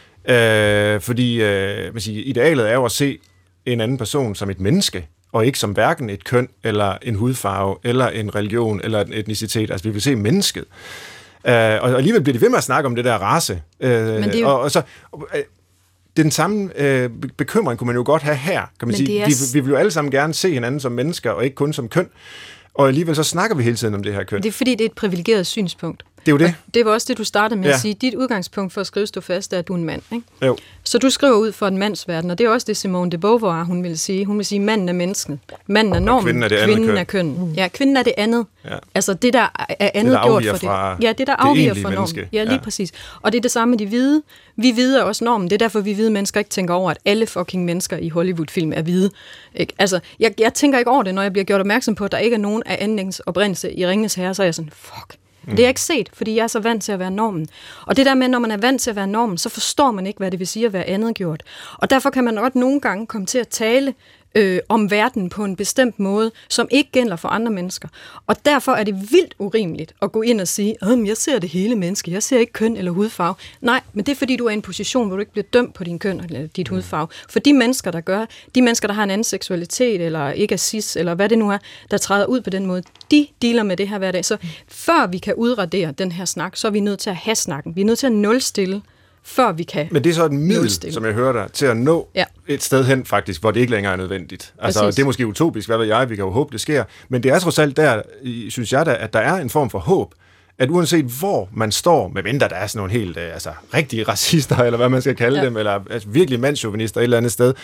Øh, fordi øh, man siger, idealet er jo at se en anden person som et menneske, og ikke som hverken et køn, eller en hudfarve, eller en religion, eller en etnicitet. Altså vi vil se mennesket. Øh, og alligevel bliver de ved med at snakke om det der race. Øh, Men det er jo... og, og så... Øh, Den samme øh, bekymring kunne man jo godt have her, kan man sige. Er... Vi, vi vil jo alle sammen gerne se hinanden som mennesker, og ikke kun som køn. Og alligevel så snakker vi hele tiden om det her køn. Det er fordi, det er et privilegeret synspunkt. Det er jo det. Og det var også det, du startede med ja. at sige. Dit udgangspunkt for at skrive stå fast er, at du er en mand, ikke? Jo. Så du skriver ud for en mandsverden, og det er også det, Simone de Beauvoir, hun vil sige. Hun vil sige, manden er mennesket. Manden er normen, kvinden er, det kvinden er køn. Mm. Ja, kvinden er det andet. Ja. Altså det, der er andet det, der gjort for det. Ja, det, der afviger fra normen. Ja, lige ja. præcis. Og det er det samme med de hvide. Vi hvide er også normen. Det er derfor, vi hvide mennesker ikke tænker over, at alle fucking mennesker i Hollywood-film er hvide. Ikke? Altså, jeg, jeg tænker ikke over det, når jeg bliver gjort opmærksom på, at der ikke er nogen af anden oprindelse i Ringenes Herre, så er jeg sådan, fuck. Mm. Det har jeg ikke set, fordi jeg er så vant til at være normen. Og det der med, når man er vant til at være normen, så forstår man ikke, hvad det vil sige at være andet gjort. Og derfor kan man godt nogle gange komme til at tale øh, om verden på en bestemt måde, som ikke gælder for andre mennesker. Og derfor er det vildt urimeligt at gå ind og sige, at jeg ser det hele menneske, jeg ser ikke køn eller hudfarve. Nej, men det er fordi, du er i en position, hvor du ikke bliver dømt på din køn eller dit hudfarve. For de mennesker, der gør, de mennesker, der har en anden seksualitet, eller ikke er cis, eller hvad det nu er, der træder ud på den måde, de dealer med det her hver dag. Så før vi kan udradere den her snak, så er vi nødt til at have snakken. Vi er nødt til at nulstille, før vi kan. Men det er så et middel, som jeg hører dig, til at nå ja. et sted hen faktisk, hvor det ikke længere er nødvendigt. Altså, Præcis. Det er måske utopisk, hvad ved jeg, vi kan jo håbe, det sker. Men det er trods alt der, synes jeg da, at der er en form for håb, at uanset hvor man står, med mindre der er sådan nogle helt, altså, rigtige racister, eller hvad man skal kalde ja. dem, eller altså, virkelig mandschauvinister et eller andet sted,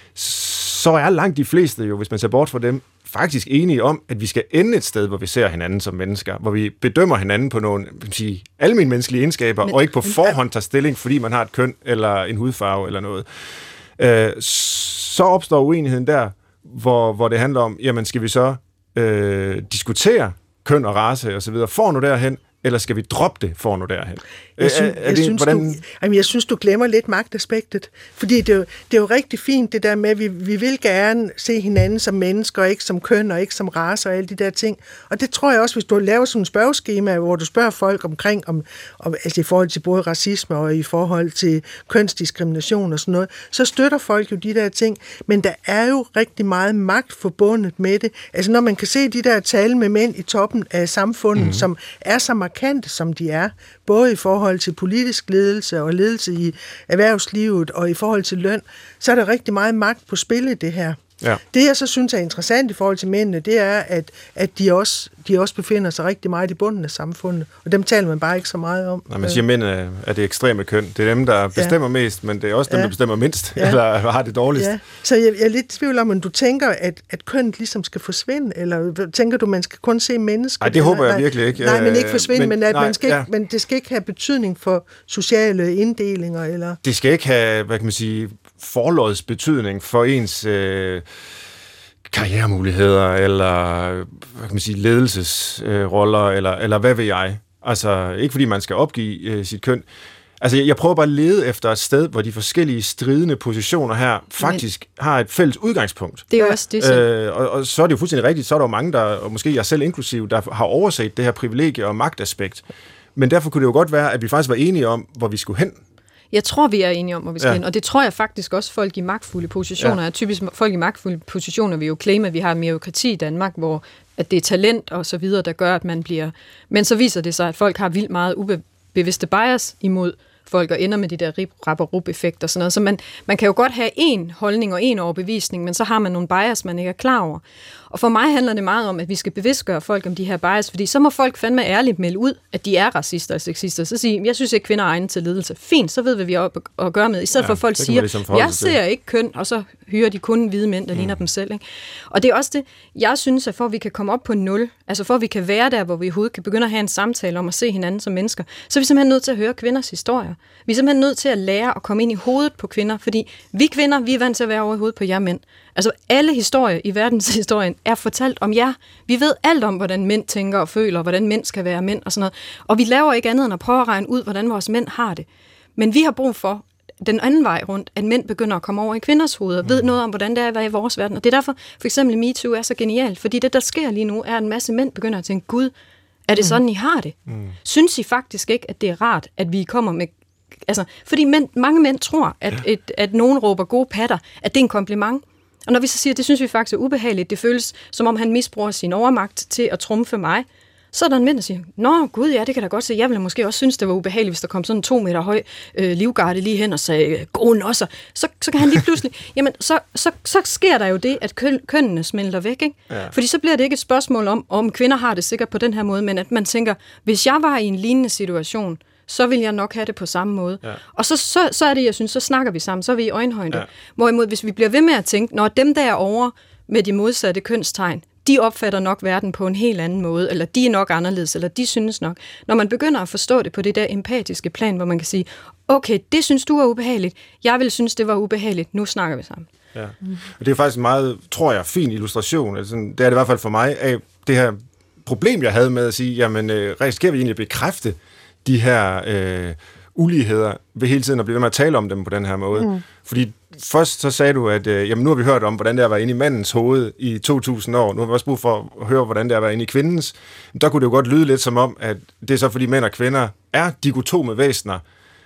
så er langt de fleste jo, hvis man ser bort fra dem, faktisk enige om, at vi skal ende et sted, hvor vi ser hinanden som mennesker, hvor vi bedømmer hinanden på nogle sige, almindelige menneskelige egenskaber, men, og ikke på forhånd tager stilling, fordi man har et køn, eller en hudfarve, eller noget. Øh, så opstår uenigheden der, hvor, hvor det handler om, jamen skal vi så øh, diskutere køn og race og så videre, for nu derhen, eller skal vi droppe det for nu derhen? Jeg synes, er, er det, jeg, synes, hvordan... du, jamen, jeg synes, du glemmer lidt magtaspektet. Fordi det er, jo, det er jo rigtig fint, det der med, at vi, vi vil gerne se hinanden som mennesker, og ikke som køn, og ikke som race og alle de der ting. Og det tror jeg også, hvis du laver sådan en spørgeskema, hvor du spørger folk omkring, om, om, altså i forhold til både racisme og i forhold til kønsdiskrimination og sådan noget, så støtter folk jo de der ting. Men der er jo rigtig meget magt forbundet med det. Altså når man kan se de der tal med mænd i toppen af samfundet, mm. som er så markante, som de er, både i forhold til politisk ledelse og ledelse i erhvervslivet og i forhold til løn, så er der rigtig meget magt på spil i det her. Ja. Det, jeg så synes er interessant i forhold til mændene, det er, at, at de, også, de også befinder sig rigtig meget i bunden af samfundet, og dem taler man bare ikke så meget om. Nej, man siger, at mænd er det ekstreme køn. Det er dem, der bestemmer ja. mest, men det er også dem, ja. der bestemmer mindst, ja. eller har det dårligst. Ja. Så jeg, jeg er lidt i tvivl om, om du tænker, at, at kønnet ligesom skal forsvinde, eller tænker du, man skal kun se mennesker? Nej, det håber jeg virkelig ikke. Nej, men ikke forsvinde, men, men, at nej, man skal ja. ikke, men det skal ikke have betydning for sociale inddelinger, eller? Det skal ikke have, hvad kan man sige, forlods betydning for ens øh, karrieremuligheder, eller hvad kan man sige, ledelsesroller, øh, eller, eller hvad ved jeg. Altså, ikke fordi man skal opgive øh, sit køn. Altså, jeg, jeg prøver bare at lede efter et sted, hvor de forskellige stridende positioner her faktisk Men, har et fælles udgangspunkt. Det er jo også det. Så. Øh, og, og så er det jo fuldstændig rigtigt, så er der jo mange, der, og måske jeg selv inklusiv, der har overset det her privilegie og magtaspekt. Men derfor kunne det jo godt være, at vi faktisk var enige om, hvor vi skulle hen. Jeg tror, vi er enige om, hvor vi skal ja. hen, og det tror jeg faktisk også folk i magtfulde positioner. Ja. Typisk folk i magtfulde positioner vil jo claime, at vi har en meritokrati i Danmark, hvor at det er talent og så videre, der gør, at man bliver... Men så viser det sig, at folk har vildt meget ubevidste bias imod folk og ender med de der rip-rap-og-rup-effekter og sådan noget. Så man, man kan jo godt have én holdning og én overbevisning, men så har man nogle bias, man ikke er klar over. Og for mig handler det meget om, at vi skal bevidstgøre folk om de her bias, fordi så må folk fandme ærligt melde ud, at de er racister og sexister. Så sige, jeg synes ikke, kvinder er egnet til ledelse. Fint, så ved vi, hvad vi har at gøre med. I stedet ja, for at folk siger, ligesom jeg ser ikke køn, og så hyrer de kun hvide mænd, der mm. ligner dem selv. Ikke? Og det er også det, jeg synes, at for at vi kan komme op på nul, altså for at vi kan være der, hvor vi i hovedet kan begynde at have en samtale om at se hinanden som mennesker, så er vi simpelthen nødt til at høre kvinders historier. Vi er simpelthen nødt til at lære at komme ind i hovedet på kvinder, fordi vi kvinder, vi er vant til at være over i hovedet på jer mænd. Altså alle historier i verdenshistorien er fortalt om jer. Vi ved alt om, hvordan mænd tænker og føler, hvordan mænd skal være mænd og sådan noget. Og vi laver ikke andet end at prøve at regne ud, hvordan vores mænd har det. Men vi har brug for den anden vej rundt, at mænd begynder at komme over i kvinders hoveder, ved noget om, hvordan det er at være i vores verden. Og det er derfor, for eksempel MeToo er så genialt, fordi det, der sker lige nu, er, at en masse mænd begynder at tænke, Gud, er det sådan, I har det? Mm. Synes I faktisk ikke, at det er rart, at vi kommer med... Altså, fordi mænd, mange mænd tror, at, ja. et, at nogen råber gode patter, at det er en kompliment. Og når vi så siger, at det synes vi faktisk er ubehageligt, det føles som om han misbruger sin overmagt til at trumfe mig, så er der en mænd, der siger, nå gud ja, det kan da godt se, jeg ville måske også synes, det var ubehageligt, hvis der kom sådan en to meter høj øh, livgarde lige hen og sagde, gode nosser, så, så kan han lige pludselig, jamen så, så, så sker der jo det, at køn, kønnene smelter væk, ikke? Ja. Fordi så bliver det ikke et spørgsmål om, om kvinder har det sikkert på den her måde, men at man tænker, hvis jeg var i en lignende situation, så vil jeg nok have det på samme måde. Ja. Og så, så, så er det, jeg synes, så snakker vi sammen, så er vi i øjenhøjde. Ja. Hvorimod, hvis vi bliver ved med at tænke, når dem derovre med de modsatte kønstegn, de opfatter nok verden på en helt anden måde, eller de er nok anderledes, eller de synes nok. Når man begynder at forstå det på det der empatiske plan, hvor man kan sige, okay, det synes du er ubehageligt, jeg vil synes, det var ubehageligt, nu snakker vi sammen. Ja. Og det er faktisk en meget, tror jeg, fin illustration, altså, det er det i hvert fald for mig, af det her problem, jeg havde med at sige, jamen, øh, risikerer vi egentlig at bekræfte de her øh, uligheder ved hele tiden at blive ved med at tale om dem på den her måde. Mm. Fordi først så sagde du, at øh, jamen, nu har vi hørt om, hvordan det er at være inde i mandens hoved i to tusind år. Nu har vi også brug for at høre, hvordan det er at være inde i kvindens. Der kunne det jo godt lyde lidt som om, at det er så fordi mænd og kvinder er digotome væsener,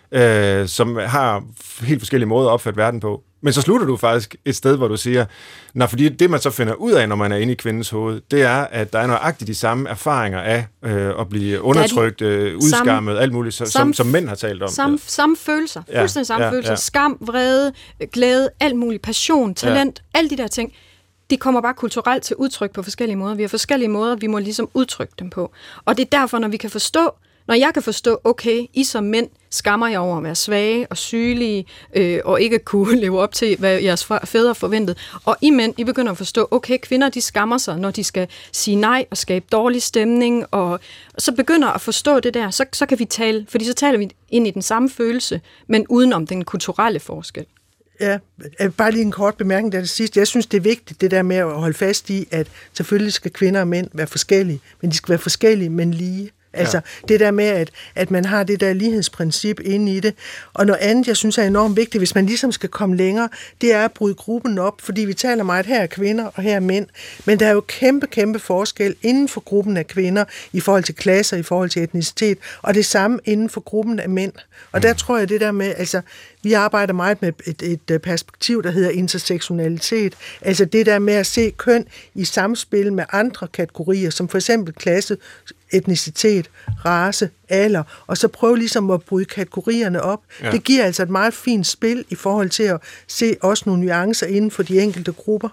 øh, som har helt forskellige måder at opfatte verden på. Men så slutter du faktisk et sted, hvor du siger, nej, fordi det, man så finder ud af, når man er inde i kvindens hoved, det er, at der er nøjagtigt de samme erfaringer af øh, at blive undertrykt, øh, udskammet, samme, alt muligt, så, samme, som, som mænd har talt om. Samme, ja. samme følelser, fuldstændig samme ja, følelser. Ja. Skam, vrede, glæde, alt muligt, passion, talent, ja. alle de der ting, de kommer bare kulturelt til udtryk på forskellige måder. Vi har forskellige måder, vi må ligesom udtrykke dem på. Og det er derfor, når vi kan forstå, når jeg kan forstå, okay, I som mænd skammer jeg over at være svage og sygelige, øh, og ikke kunne leve op til, hvad jeres fædre forventede. Og I mænd, I begynder at forstå, okay, kvinder, de skammer sig, når de skal sige nej og skabe dårlig stemning, og så begynder at forstå det der, så, så kan vi tale, fordi så taler vi ind i den samme følelse, men udenom den kulturelle forskel. Ja, bare lige en kort bemærkning der det sidste. Jeg synes, det er vigtigt, det der med at holde fast i, at selvfølgelig skal kvinder og mænd være forskellige, men de skal være forskellige, men lige. Altså ja. det der med, at, at man har det der lighedsprincip inde i det. Og noget andet, jeg synes er enormt vigtigt, hvis man ligesom skal komme længere, det er at bryde gruppen op, fordi vi taler meget, her er kvinder og her er mænd. Men der er jo kæmpe, kæmpe forskel inden for gruppen af kvinder, i forhold til klasser, i forhold til etnicitet, og det samme inden for gruppen af mænd. Og der tror jeg det der med, altså, vi arbejder meget med et, et perspektiv, der hedder intersektionalitet. Altså det der med at se køn i samspil med andre kategorier, som for eksempel klasse, etnicitet, race, alder, og så prøve ligesom at bryde kategorierne op. Ja. Det giver altså et meget fint spil i forhold til at se også nogle nuancer inden for de enkelte grupper.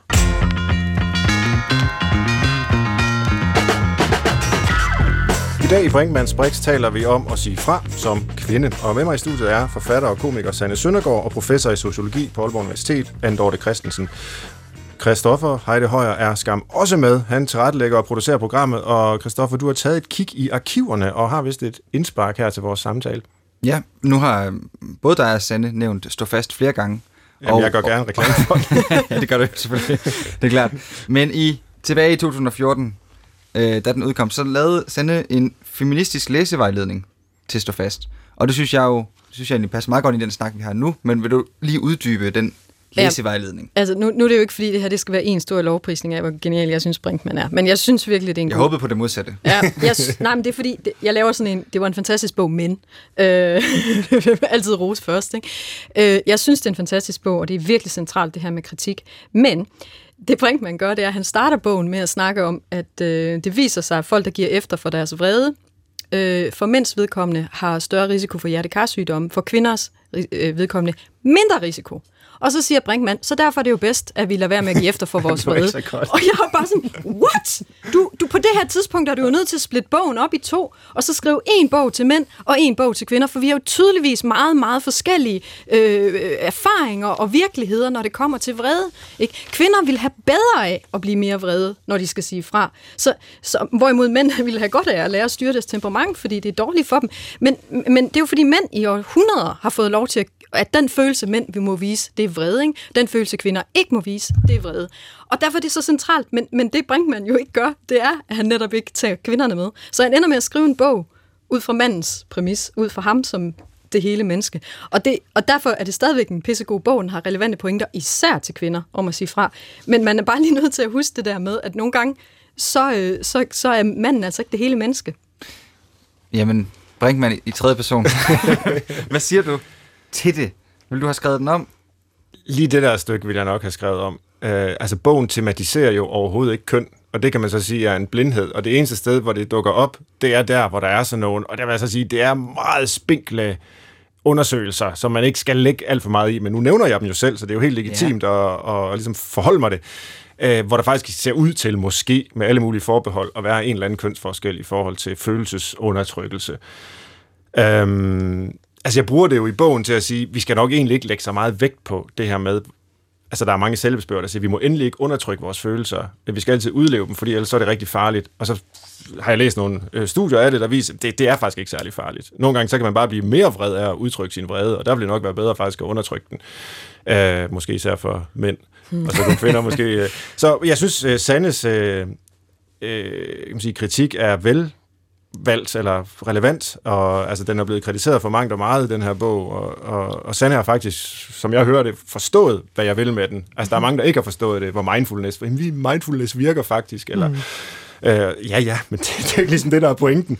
I dag i Brinkmanns Brix taler vi om at sige fra som kvinde. Og med mig i studiet er forfatter og komiker Sanne Søndergaard og professor i sociologi på Aalborg Universitet, Anne Dorte Christensen. Christoffer Heide Højer er skam også med. Han tilrettelægger og producerer programmet. Og Christoffer, du har taget et kig i arkiverne og har vist et indspark her til vores samtale. Ja, nu har både dig og Sanne nævnt Stå fast flere gange. Jamen, og, jeg gør gerne reklame for det. Ja, det gør du selvfølgelig. Det er klart. Men i, tilbage i to tusind og fjorten, øh, da den udkom, så lavede Sanne en feministisk læsevejledning til Stå fast. Og det synes jeg jo, det synes jeg egentlig passer meget godt i den snak, vi har nu. Men vil du lige uddybe den læsevejledning? Ja, altså nu, nu er det jo ikke, fordi det her det skal være en stor lovprisning af, hvor genial jeg synes Brinkmann er. Men jeg synes virkelig, det er en Jeg god... håbede på det modsatte. Ja, jeg, nej, men det er fordi, det, jeg laver sådan en... Det var en fantastisk bog, men... Øh, altid rose først, ikke? Øh, jeg synes, det er en fantastisk bog, og det er virkelig centralt, det her med kritik. Men det Brinkmann gør, det er, at han starter bogen med at snakke om, at øh, det viser sig, at folk, der giver efter for deres vrede, øh, for mænds vedkommende har større risiko for hjertekarsygdomme, for kvinders øh, vedkommende mindre risiko. Og så siger Brinkmann, så derfor er det jo bedst, at vi lader være med at give efter for vores vrede. Og jeg var bare sådan, what? Du, du, på det her tidspunkt er du jo nødt til at splitte bogen op i to, og så skrive en bog til mænd og en bog til kvinder, for vi har jo tydeligvis meget, meget forskellige øh, erfaringer og virkeligheder, når det kommer til vrede. Ikke? Kvinder vil have bedre af at blive mere vrede, når de skal sige fra. Så, så, hvorimod mænd vil have godt af at lære at styre deres temperament, fordi det er dårligt for dem. Men, men det er jo fordi mænd i århundreder har fået lov til at at den følelse, mænd vi må vise, det er vrede, ikke? Den følelse, kvinder ikke må vise, det er vrede. Og derfor er det så centralt, men, men det Brinkmann jo ikke gør, det er, at han netop ikke tager kvinderne med. Så han ender med at skrive en bog ud fra mandens præmis, ud fra ham som det hele menneske. Og, det, og derfor er det stadigvæk en pissegod bog, den har relevante pointer, især til kvinder, om at sige fra. Men man er bare lige nødt til at huske det der med, at nogle gange, så, øh, så, så er manden altså ikke det hele menneske. Jamen, Brinkmann i, i tredje person. Hvad siger du til det? Vil du have skrevet den om? Lige det der stykke vil jeg nok have skrevet om. Øh, altså, bogen tematiserer jo overhovedet ikke køn, og det kan man så sige er en blindhed. Og det eneste sted, hvor det dukker op, det er der, hvor der er sådan nogen. Og der vil jeg så sige, det er meget spinkle undersøgelser, som man ikke skal lægge alt for meget i. Men nu nævner jeg dem jo selv, så det er jo helt legitimt ja. at, at, at ligesom forholde mig det. Øh, hvor der faktisk ser ud til, måske med alle mulige forbehold, at være en eller anden kønsforskel i forhold til følelsesundertrykkelse. Øhm, altså jeg bruger det jo i bogen til at sige, vi skal nok egentlig ikke lægge så meget vægt på det her med, altså der er mange selvbesbørger, der siger, vi må endelig ikke undertrykke vores følelser, vi skal altid udleve dem, fordi ellers så er det rigtig farligt. Og så har jeg læst nogle øh, studier af det, der viser, at det, det er faktisk ikke særlig farligt. Nogle gange så kan man bare blive mere vred af at udtrykke sin vrede, og der vil det nok være bedre faktisk at undertrykke den. Øh, måske især for mænd, hmm. og så nogle kvinder måske. Øh. Så jeg synes, øh, Sannes øh, øh, kan man sige, kritik er vel valgt eller relevant, og altså, den er blevet kritiseret for mangt og meget, den her bog, og, og, og Sanne har faktisk, som jeg hører det, forstået, hvad jeg vil med den. Altså, der er mange, der ikke har forstået det, hvor mindfulness, hvor mindfulness virker faktisk, eller, mm. øh, ja, ja, men det, det er ikke ligesom det, der er pointen.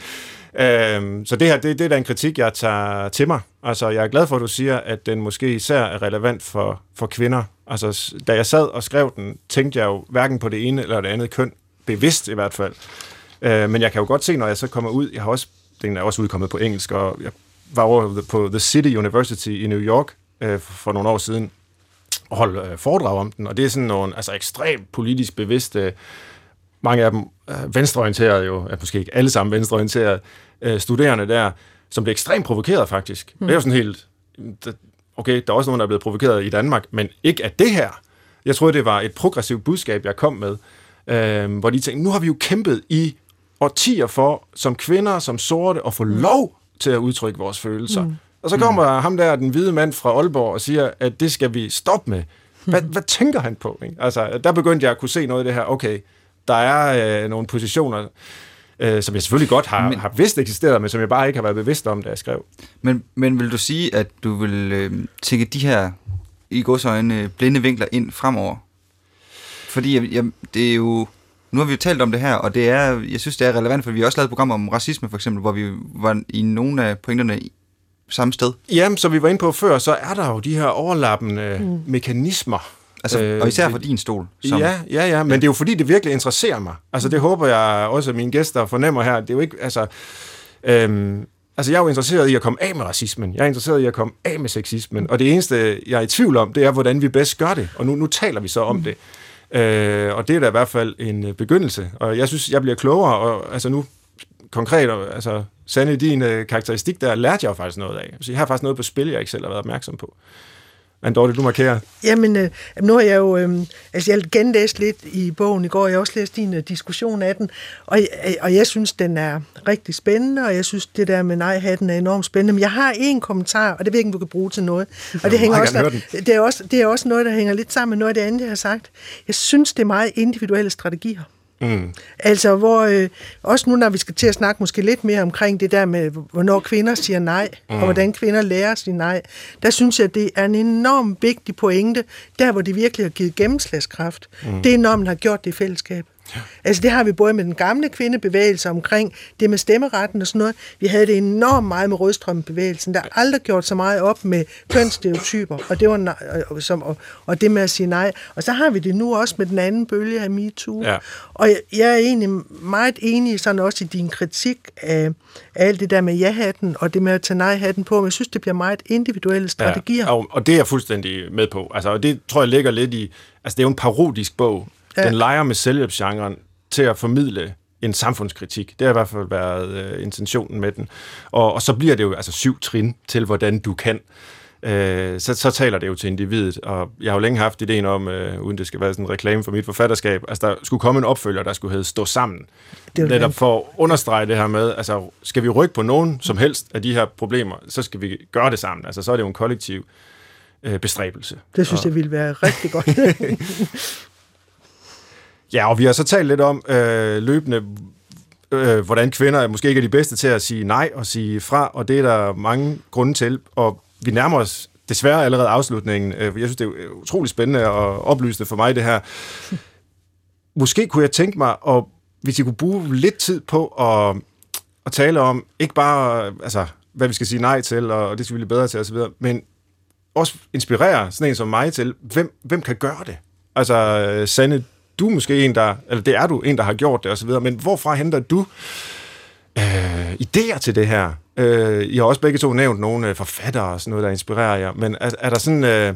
Øh, så det her, det, det er da en kritik, jeg tager til mig. Altså, jeg er glad for, at du siger, at den måske især er relevant for, for kvinder. Altså, da jeg sad og skrev den, tænkte jeg jo hverken på det ene eller det andet køn, bevidst i hvert fald. Men jeg kan jo godt se, når jeg så kommer ud, jeg har også, den er også udkommet på engelsk, og jeg var over på The City University i New York øh, for nogle år siden, og holdt øh, foredrag om den, og det er sådan nogle altså ekstremt politisk bevidste, mange af dem øh, venstreorienterede jo, at måske ikke alle sammen venstreorienterede øh, studerende der, som blev ekstremt provokeret faktisk. Mm. Det er jo sådan helt, okay, der er også nogen, der er blevet provokeret i Danmark, men ikke af det her. Jeg troede, det var et progressivt budskab, jeg kom med, øh, hvor de tænkte, nu har vi jo kæmpet i årtier for, som kvinder, som sorte, at få lov til at udtrykke vores følelser. Mm. Og så kommer mm. ham der, den hvide mand fra Aalborg, og siger, at det skal vi stoppe med. Hvad, mm. hvad tænker han på? Ikke? Altså, der begyndte jeg at kunne se noget af det her. Okay, der er øh, nogle positioner, øh, som jeg selvfølgelig godt har, men, har vidst eksisteret, men som jeg bare ikke har været bevidst om, da jeg skrev. Men, men vil du sige, at du vil øh, tænke de her, i godsøjne, blinde vinkler ind fremover? Fordi jeg, jeg, det er jo... Nu har vi jo talt om det her, og det er, jeg synes, det er relevant, for vi har også lavet et program om racisme, for eksempel, hvor vi var i nogle af pointerne i samme sted. Jamen, som vi var inde på før, så er der jo de her overlappende mm. mekanismer. Altså, øh, og især for din stol. Som, ja, ja, ja, men ja. Det er jo fordi, det virkelig interesserer mig. Altså, det håber jeg også, at mine gæster fornemmer her. Det er jo ikke, altså... Øhm, altså, jeg er jo interesseret i at komme af med racismen. Jeg er interesseret i at komme af med sexismen. Og det eneste, jeg er i tvivl om, det er, hvordan vi bedst gør det. Og nu, nu taler vi så om mm. det. Øh, og det er da i hvert fald en begyndelse, og jeg synes, jeg bliver klogere, og altså nu konkret, altså Sanne, din øh, karakteristik der, lærte jeg jo faktisk noget af. Så jeg har faktisk noget på spil, jeg ikke selv har været opmærksom på. Men Dorte, du markerer. Jamen, øh, nu har jeg jo, øh, altså jeg genlæst lidt i bogen i går, jeg har også læst din uh, diskussion af den, og, og jeg synes, den er rigtig spændende, og jeg synes, det der med nej-hatten er enormt spændende, men jeg har en kommentar, og det ved jeg ikke, du kan bruge til noget, og det, hænger også, der, det, er også, det er også noget, der hænger lidt sammen med noget af det andet, jeg har sagt. Jeg synes, det er meget individuelle strategier. Mm. Altså, hvor øh, også nu, når vi skal til at snakke måske lidt mere omkring det der med, hvornår kvinder siger nej, mm. og hvordan kvinder lærer at sige nej, der synes jeg, det er en enormt vigtig pointe, der hvor det virkelig har givet gennemslagskraft. Mm. Det er, når man har gjort det i fællesskab. Altså det har vi både med den gamle kvindebevægelse omkring det med stemmeretten og sådan noget. Vi havde det enormt meget med rødstrømbevægelsen, der har aldrig gjort så meget op med kønsstereotyper, og det var og, som, og, og det med at sige nej. Og så har vi det nu også med den anden bølge af MeToo. Ja. Og jeg, jeg er egentlig meget enig sådan også i din kritik af, af alt det der med ja-hatten og det med at tage nej-hatten på, men jeg synes, det bliver meget individuelle strategier. Ja, og, og det er jeg fuldstændig med på. Altså, og det tror jeg ligger lidt i, altså det er jo en parodisk bog. Ja. Den leger med selvhjælpsgenren til at formidle en samfundskritik. Det har i hvert fald været øh, intentionen med den. Og, og så bliver det jo altså syv trin til, hvordan du kan. Øh, så, så taler det jo til individet. Og jeg har jo længe haft ideen om, øh, uden det skal være sådan en reklame for mit forfatterskab, altså der skulle komme en opfølger, der skulle hedde Stå sammen. Netop for at understrege det her med, altså skal vi rykke på nogen som helst af de her problemer, så skal vi gøre det sammen. Altså så er det jo en kollektiv øh, bestræbelse. Det synes og... jeg ville være rigtig godt. Ja, og vi har så talt lidt om øh, løbende, øh, hvordan kvinder måske ikke er de bedste til at sige nej og sige fra, og det er der mange grunde til, og vi nærmer os desværre allerede afslutningen. Jeg synes, det er utrolig spændende og oplysende for mig, det her. Måske kunne jeg tænke mig, at hvis I kunne bruge lidt tid på at, at tale om, ikke bare, altså, hvad vi skal sige nej til, og det skal vi blive bedre til osv., men også inspirere sådan en som mig til, hvem, hvem kan gøre det? Altså, Sanne, du er måske en, der, eller det er du, en, der har gjort det osv., men hvorfra henter du øh, idéer til det her? Øh, I har også begge to nævnt nogle forfattere og sådan noget, der inspirerer jer, men er, er der sådan øh,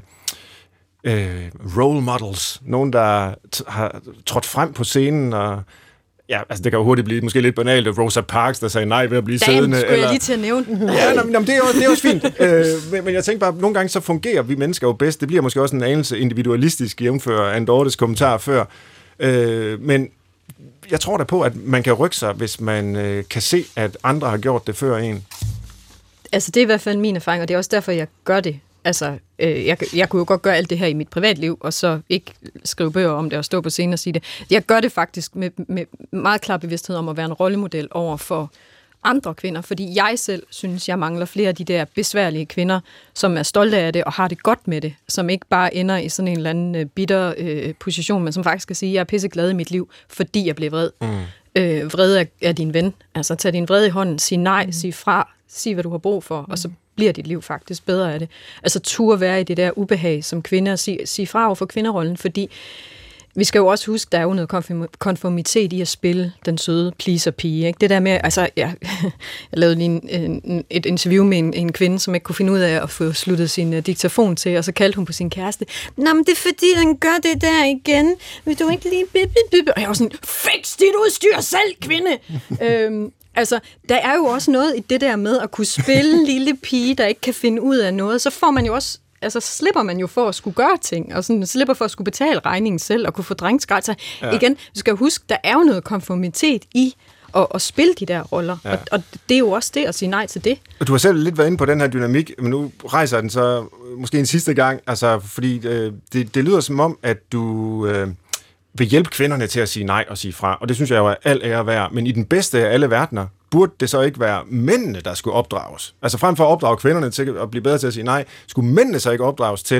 øh, role models, nogen, der t- har trådt frem på scenen, og ja, altså det kan jo hurtigt blive måske lidt banalt, Rosa Parks, der sagde nej ved at blive Damn, siddende. Skulle eller... jeg lige til at nævne den? Ja, nå, men det er også, det er også fint. øh, men, men jeg tænker bare, at nogle gange så fungerer vi mennesker jo bedst. Det bliver måske også en anelse individualistisk, jævnfør Andortes kommentar før. Øh, men jeg tror da på, at man kan rykke sig, hvis man øh, kan se, at andre har gjort det før en. Altså det er i hvert fald min erfaring, og det er også derfor, jeg gør det. Altså, øh, jeg, jeg kunne jo godt gøre alt det her i mit privatliv, og så ikke skrive bøger om det og stå på scenen og sige det. Jeg gør det faktisk med, med meget klar bevidsthed om at være en rollemodel over for andre kvinder, fordi jeg selv synes, jeg mangler flere af de der besværlige kvinder, som er stolte af det og har det godt med det, som ikke bare ender i sådan en eller anden bitter øh, position, men som faktisk kan sige, at jeg er pisseglad i mit liv, fordi jeg blev vred. Mm. Øh, vrede er, er din ven. Altså, tag din vrede i hånden, sig nej, mm. sig fra, sig, hvad du har brug for, mm. og så bliver dit liv faktisk bedre af det. Altså, turde være i det der ubehag som kvinde, og sige, sige fra over for kvinderollen, fordi vi skal jo også huske, der er jo noget konformitet i at spille den søde pleaser-pige. Ikke? Det der med, altså, ja, jeg lavede lige en, en, et interview med en, en kvinde, som ikke kunne finde ud af at få sluttet sin uh, diktafon til, og så kaldte hun på sin kæreste, nå, men det er fordi, han gør det der igen. Vil du ikke lige bip, bip, bip? Og jeg var sådan, fix dit udstyr selv, kvinde! øhm, altså, der er jo også noget i det der med at kunne spille en lille pige, der ikke kan finde ud af noget. Så får man jo også altså slipper man jo for at skulle gøre ting, og sådan slipper for at skulle betale regningen selv, og kunne få drengsgræd. Så ja. Igen, du skal huske, der er jo noget konformitet i at, at spille de der roller, ja. og, og det er jo også det at sige nej til det. Og du har selv lidt været inde på den her dynamik, men nu rejser den så måske en sidste gang, altså fordi øh, det, det lyder som om, at du øh, vil hjælpe kvinderne til at sige nej og sige fra, og det synes jeg jo er al ære værd, men i den bedste af alle verdener, burde det så ikke være mændene, der skulle opdrages? Altså frem for at opdrage kvinderne til at blive bedre til at sige nej, skulle mændene så ikke opdrages til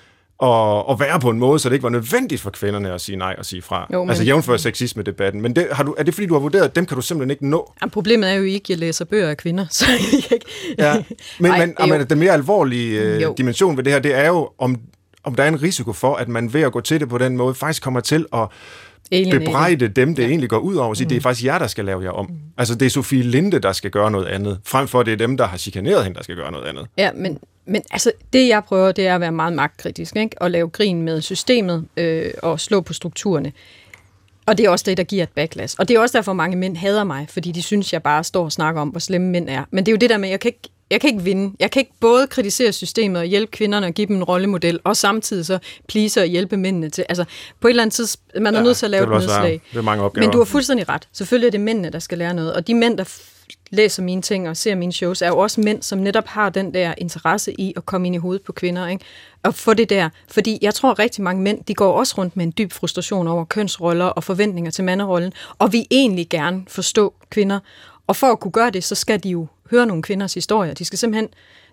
at, at være på en måde, så det ikke var nødvendigt for kvinderne at sige nej og sige fra? Jo, men... Altså jævnfør sexisme-debatten. Men det, har du, er det fordi, du har vurderet, at dem kan du simpelthen ikke nå? Ja, problemet er jo ikke, at jeg læser bøger af kvinder. Så jeg ikke... ja. Men, Ej, men amen, den mere alvorlige øh, dimension ved det her, det er jo, om, om der er en risiko for, at man ved at gå til det på den måde, faktisk kommer til at bebrejde dem, det ja. egentlig går ud over, og sige, mm. det er faktisk jer, der skal lave jer om. Mm. Altså, det er Sofie Linde, der skal gøre noget andet, frem for det er dem, der har chikaneret hende, der skal gøre noget andet. Ja, men, men altså, det jeg prøver, det er at være meget magtkritisk, ikke? Og lave grin med systemet, øh, og slå på strukturerne. Og det er også det, der giver et backlash. Og det er også derfor, mange mænd hader mig, fordi de synes, jeg bare står og snakker om, hvor slemme mænd er. Men det er jo det der med, jeg kan ikke Jeg kan ikke vinde. Jeg kan ikke både kritisere systemet og hjælpe kvinderne og give dem en rollemodel, og samtidig så please og hjælpe mændene til. Altså, på et eller andet tidspunkt, man er ja, nødt til at lave et nedslag. Det er mange opgaver. Men du har fuldstændig ret. Selvfølgelig er det mændene, der skal lære noget. Og de mænd, der læser mine ting og ser mine shows, er jo også mænd, som netop har den der interesse i at komme ind i hovedet på kvinder, ikke? Og få det der. Fordi jeg tror, rigtig mange mænd, de går også rundt med en dyb frustration over kønsroller og forventninger til manderollen, og vi egentlig gerne forstå kvinder. Og for at kunne gøre det, så skal de jo høre nogle kvinders historier. De skal simpelthen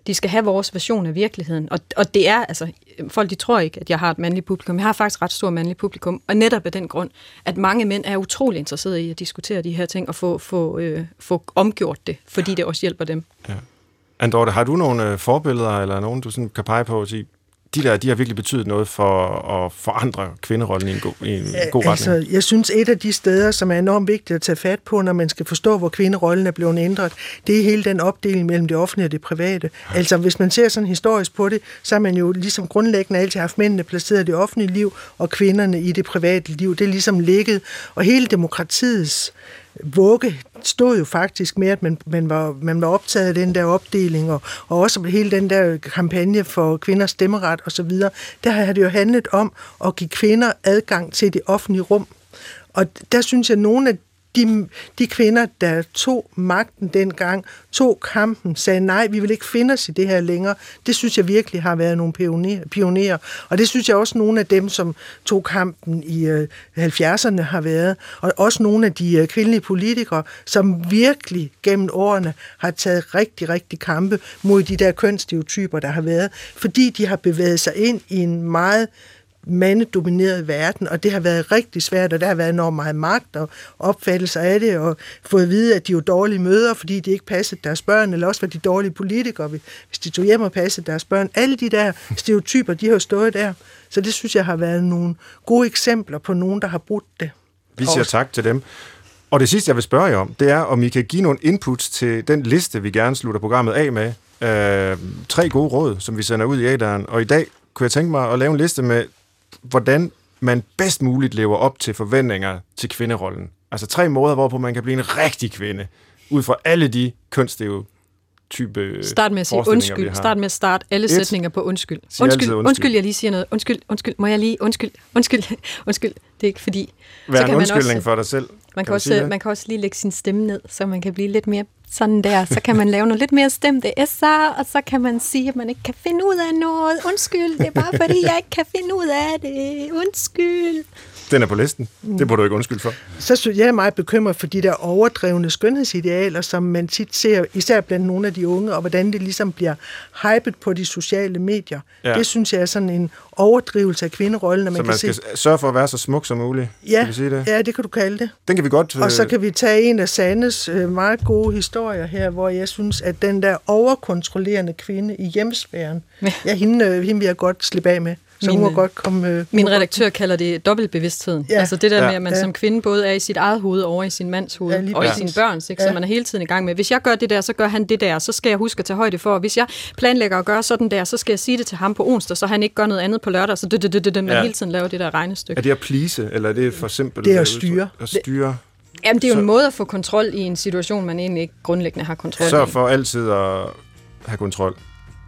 De skal have vores version af virkeligheden. Og, og det er, altså, folk de tror ikke, at jeg har et mandligt publikum. Jeg har faktisk ret stort mandligt publikum. Og netop af den grund, at mange mænd er utrolig interesserede i at diskutere de her ting og få, få, øh, få omgjort det, fordi det også hjælper dem. Ja. Anne-Dorthe, har du nogle øh, forbilleder, eller nogen, du sådan kan pege på at sige, de der, de har virkelig betydet noget for at forandre kvinderollen i en god, i en ja, god retning? Altså, jeg synes, et af de steder, som er enormt vigtigt at tage fat på, når man skal forstå, hvor kvinderollen er blevet ændret, det er hele den opdeling mellem det offentlige og det private. Ja. Altså, hvis man ser sådan historisk på det, så har man jo ligesom grundlæggende altid haft mændene placeret i det offentlige liv, og kvinderne i det private liv. Det er ligesom ligget. Og hele demokratiets vugge stod jo faktisk med, at man, man, var, man var optaget af den der opdeling, og, og også hele den der kampagne for kvinders stemmeret osv. Der har det jo handlet om at give kvinder adgang til det offentlige rum. Og der synes jeg, at nogle af de, de kvinder, der tog magten dengang, tog kampen, sagde nej, vi vil ikke finde os i det her længere. Det synes jeg virkelig har været nogle pionerer. Og det synes jeg også nogle af dem, som tog kampen i øh, halvfjerdserne har været. Og også nogle af de øh, kvindelige politikere, som virkelig gennem årene har taget rigtig, rigtig kampe mod de der kønsstereotyper, der har været. Fordi de har bevæget sig ind i en meget mandedomineret verden, og det har været rigtig svært, og der har været enormt meget magt og opfattelser af det, og fået at vide, at de er jo dårlige mødre, fordi de ikke passede deres børn, eller også var de dårlige politikere, hvis de tog hjem og passede deres børn. Alle de der stereotyper, de har jo stået der. Så det synes jeg har været nogle gode eksempler på nogen, der har brudt det. Vi siger tak til dem. Og det sidste, jeg vil spørge jer om, det er, om I kan give nogle inputs til den liste, vi gerne slutter programmet af med. Øh, tre gode råd, som vi sender ud i æteren. Og i dag kunne jeg tænke mig at lave en liste med hvordan man bedst muligt lever op til forventninger til kvinderollen. Altså tre måder, hvorpå man kan blive en rigtig kvinde, ud fra alle de kønsstereotype Start med at sige undskyld. Start med at starte alle Et. sætninger på undskyld. Undskyld, undskyld. undskyld, jeg lige siger noget. Undskyld, undskyld, må jeg lige, undskyld, undskyld, undskyld. Det er ikke fordi... Vær en undskyldning også, for dig selv. Man kan, kan, også, man kan også lige lægge sin stemme ned, så man kan blive lidt mere sådan der. Så kan man lave noget lidt mere stemte s'er, og så kan man sige, at man ikke kan finde ud af noget. Undskyld, det er bare fordi, jeg ikke kan finde ud af det. Undskyld. Den er på listen. Det burde du ikke undskylde for. Så synes jeg er meget bekymret for de der overdrevne skønhedsidealer, som man tit ser, især blandt nogle af de unge, og hvordan det ligesom bliver hypet på de sociale medier. Ja. Det synes jeg er sådan en overdrivelse af kvinderollen. Så man, man skal se... sørge for at være så smuk som muligt? Ja, kan vi sige det? Ja, det kan du kalde det. Den kan vi godt... Og så kan vi tage en af Sandes øh, meget gode historier her, hvor jeg synes, at den der overkontrollerende kvinde i hjemmesfæren, ja, ja hende, øh, hende vil jeg godt slippe af med. Så min, hun må godt komme... Øh, min redaktør kalder det dobbeltbevidstheden. Ja. Altså det der ja. med, at man ja. som kvinde både er i sit eget hoved og over i sin mands hoved, ja, og i sine børns, ikke? Ja. Så man er hele tiden i gang med, hvis jeg gør det der, så gør han det der, så skal jeg huske at tage højde for, og hvis jeg planlægger at gøre sådan der, så skal jeg sige det til ham på onsdag, så han ikke gør noget andet på lørdag, så det, det, det, det, man ja. hele tiden laver det der regnestykke. Er det at please, eller er det for simpelt? Det er at styre. At styre. Jamen det er jo så... en måde at få kontrol i en situation, man egentlig ikke grundlæggende har kontrol i. Sørg for altid at have kontrol.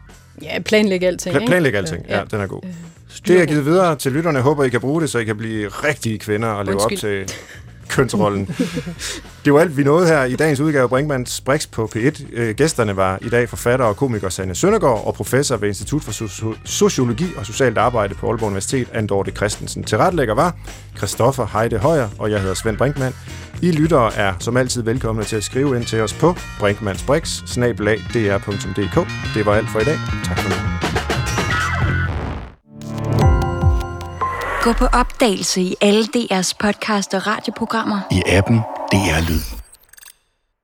Ja, planlægge alting. Pla- planlægge alting, ja, ja, den er god. Øh, det er givet videre til lytterne. Jeg håber, I kan bruge det, så I kan blive rigtige kvinder og leve Undskyld. op til kønsrollen. Det var alt, vi nåede her i dagens udgave af Brinkmanns Brix på P et. Gæsterne var i dag forfatter og komiker Sanne Søndergaard og professor ved Institut for Sociologi og Socialt Arbejde på Aalborg Universitet, Anne-Dorthe Christensen. Tilrettelægger var Christoffer Heide Højer, og jeg hedder Svend Brinkmann. I lyttere er som altid velkomne til at skrive ind til os på brinkmannsbrix snabel-a d r punktum d k. Det var alt for i dag. Tak for nu. Gå på opdagelse i alle D R's podcast og radioprogrammer. I appen D R Lyd.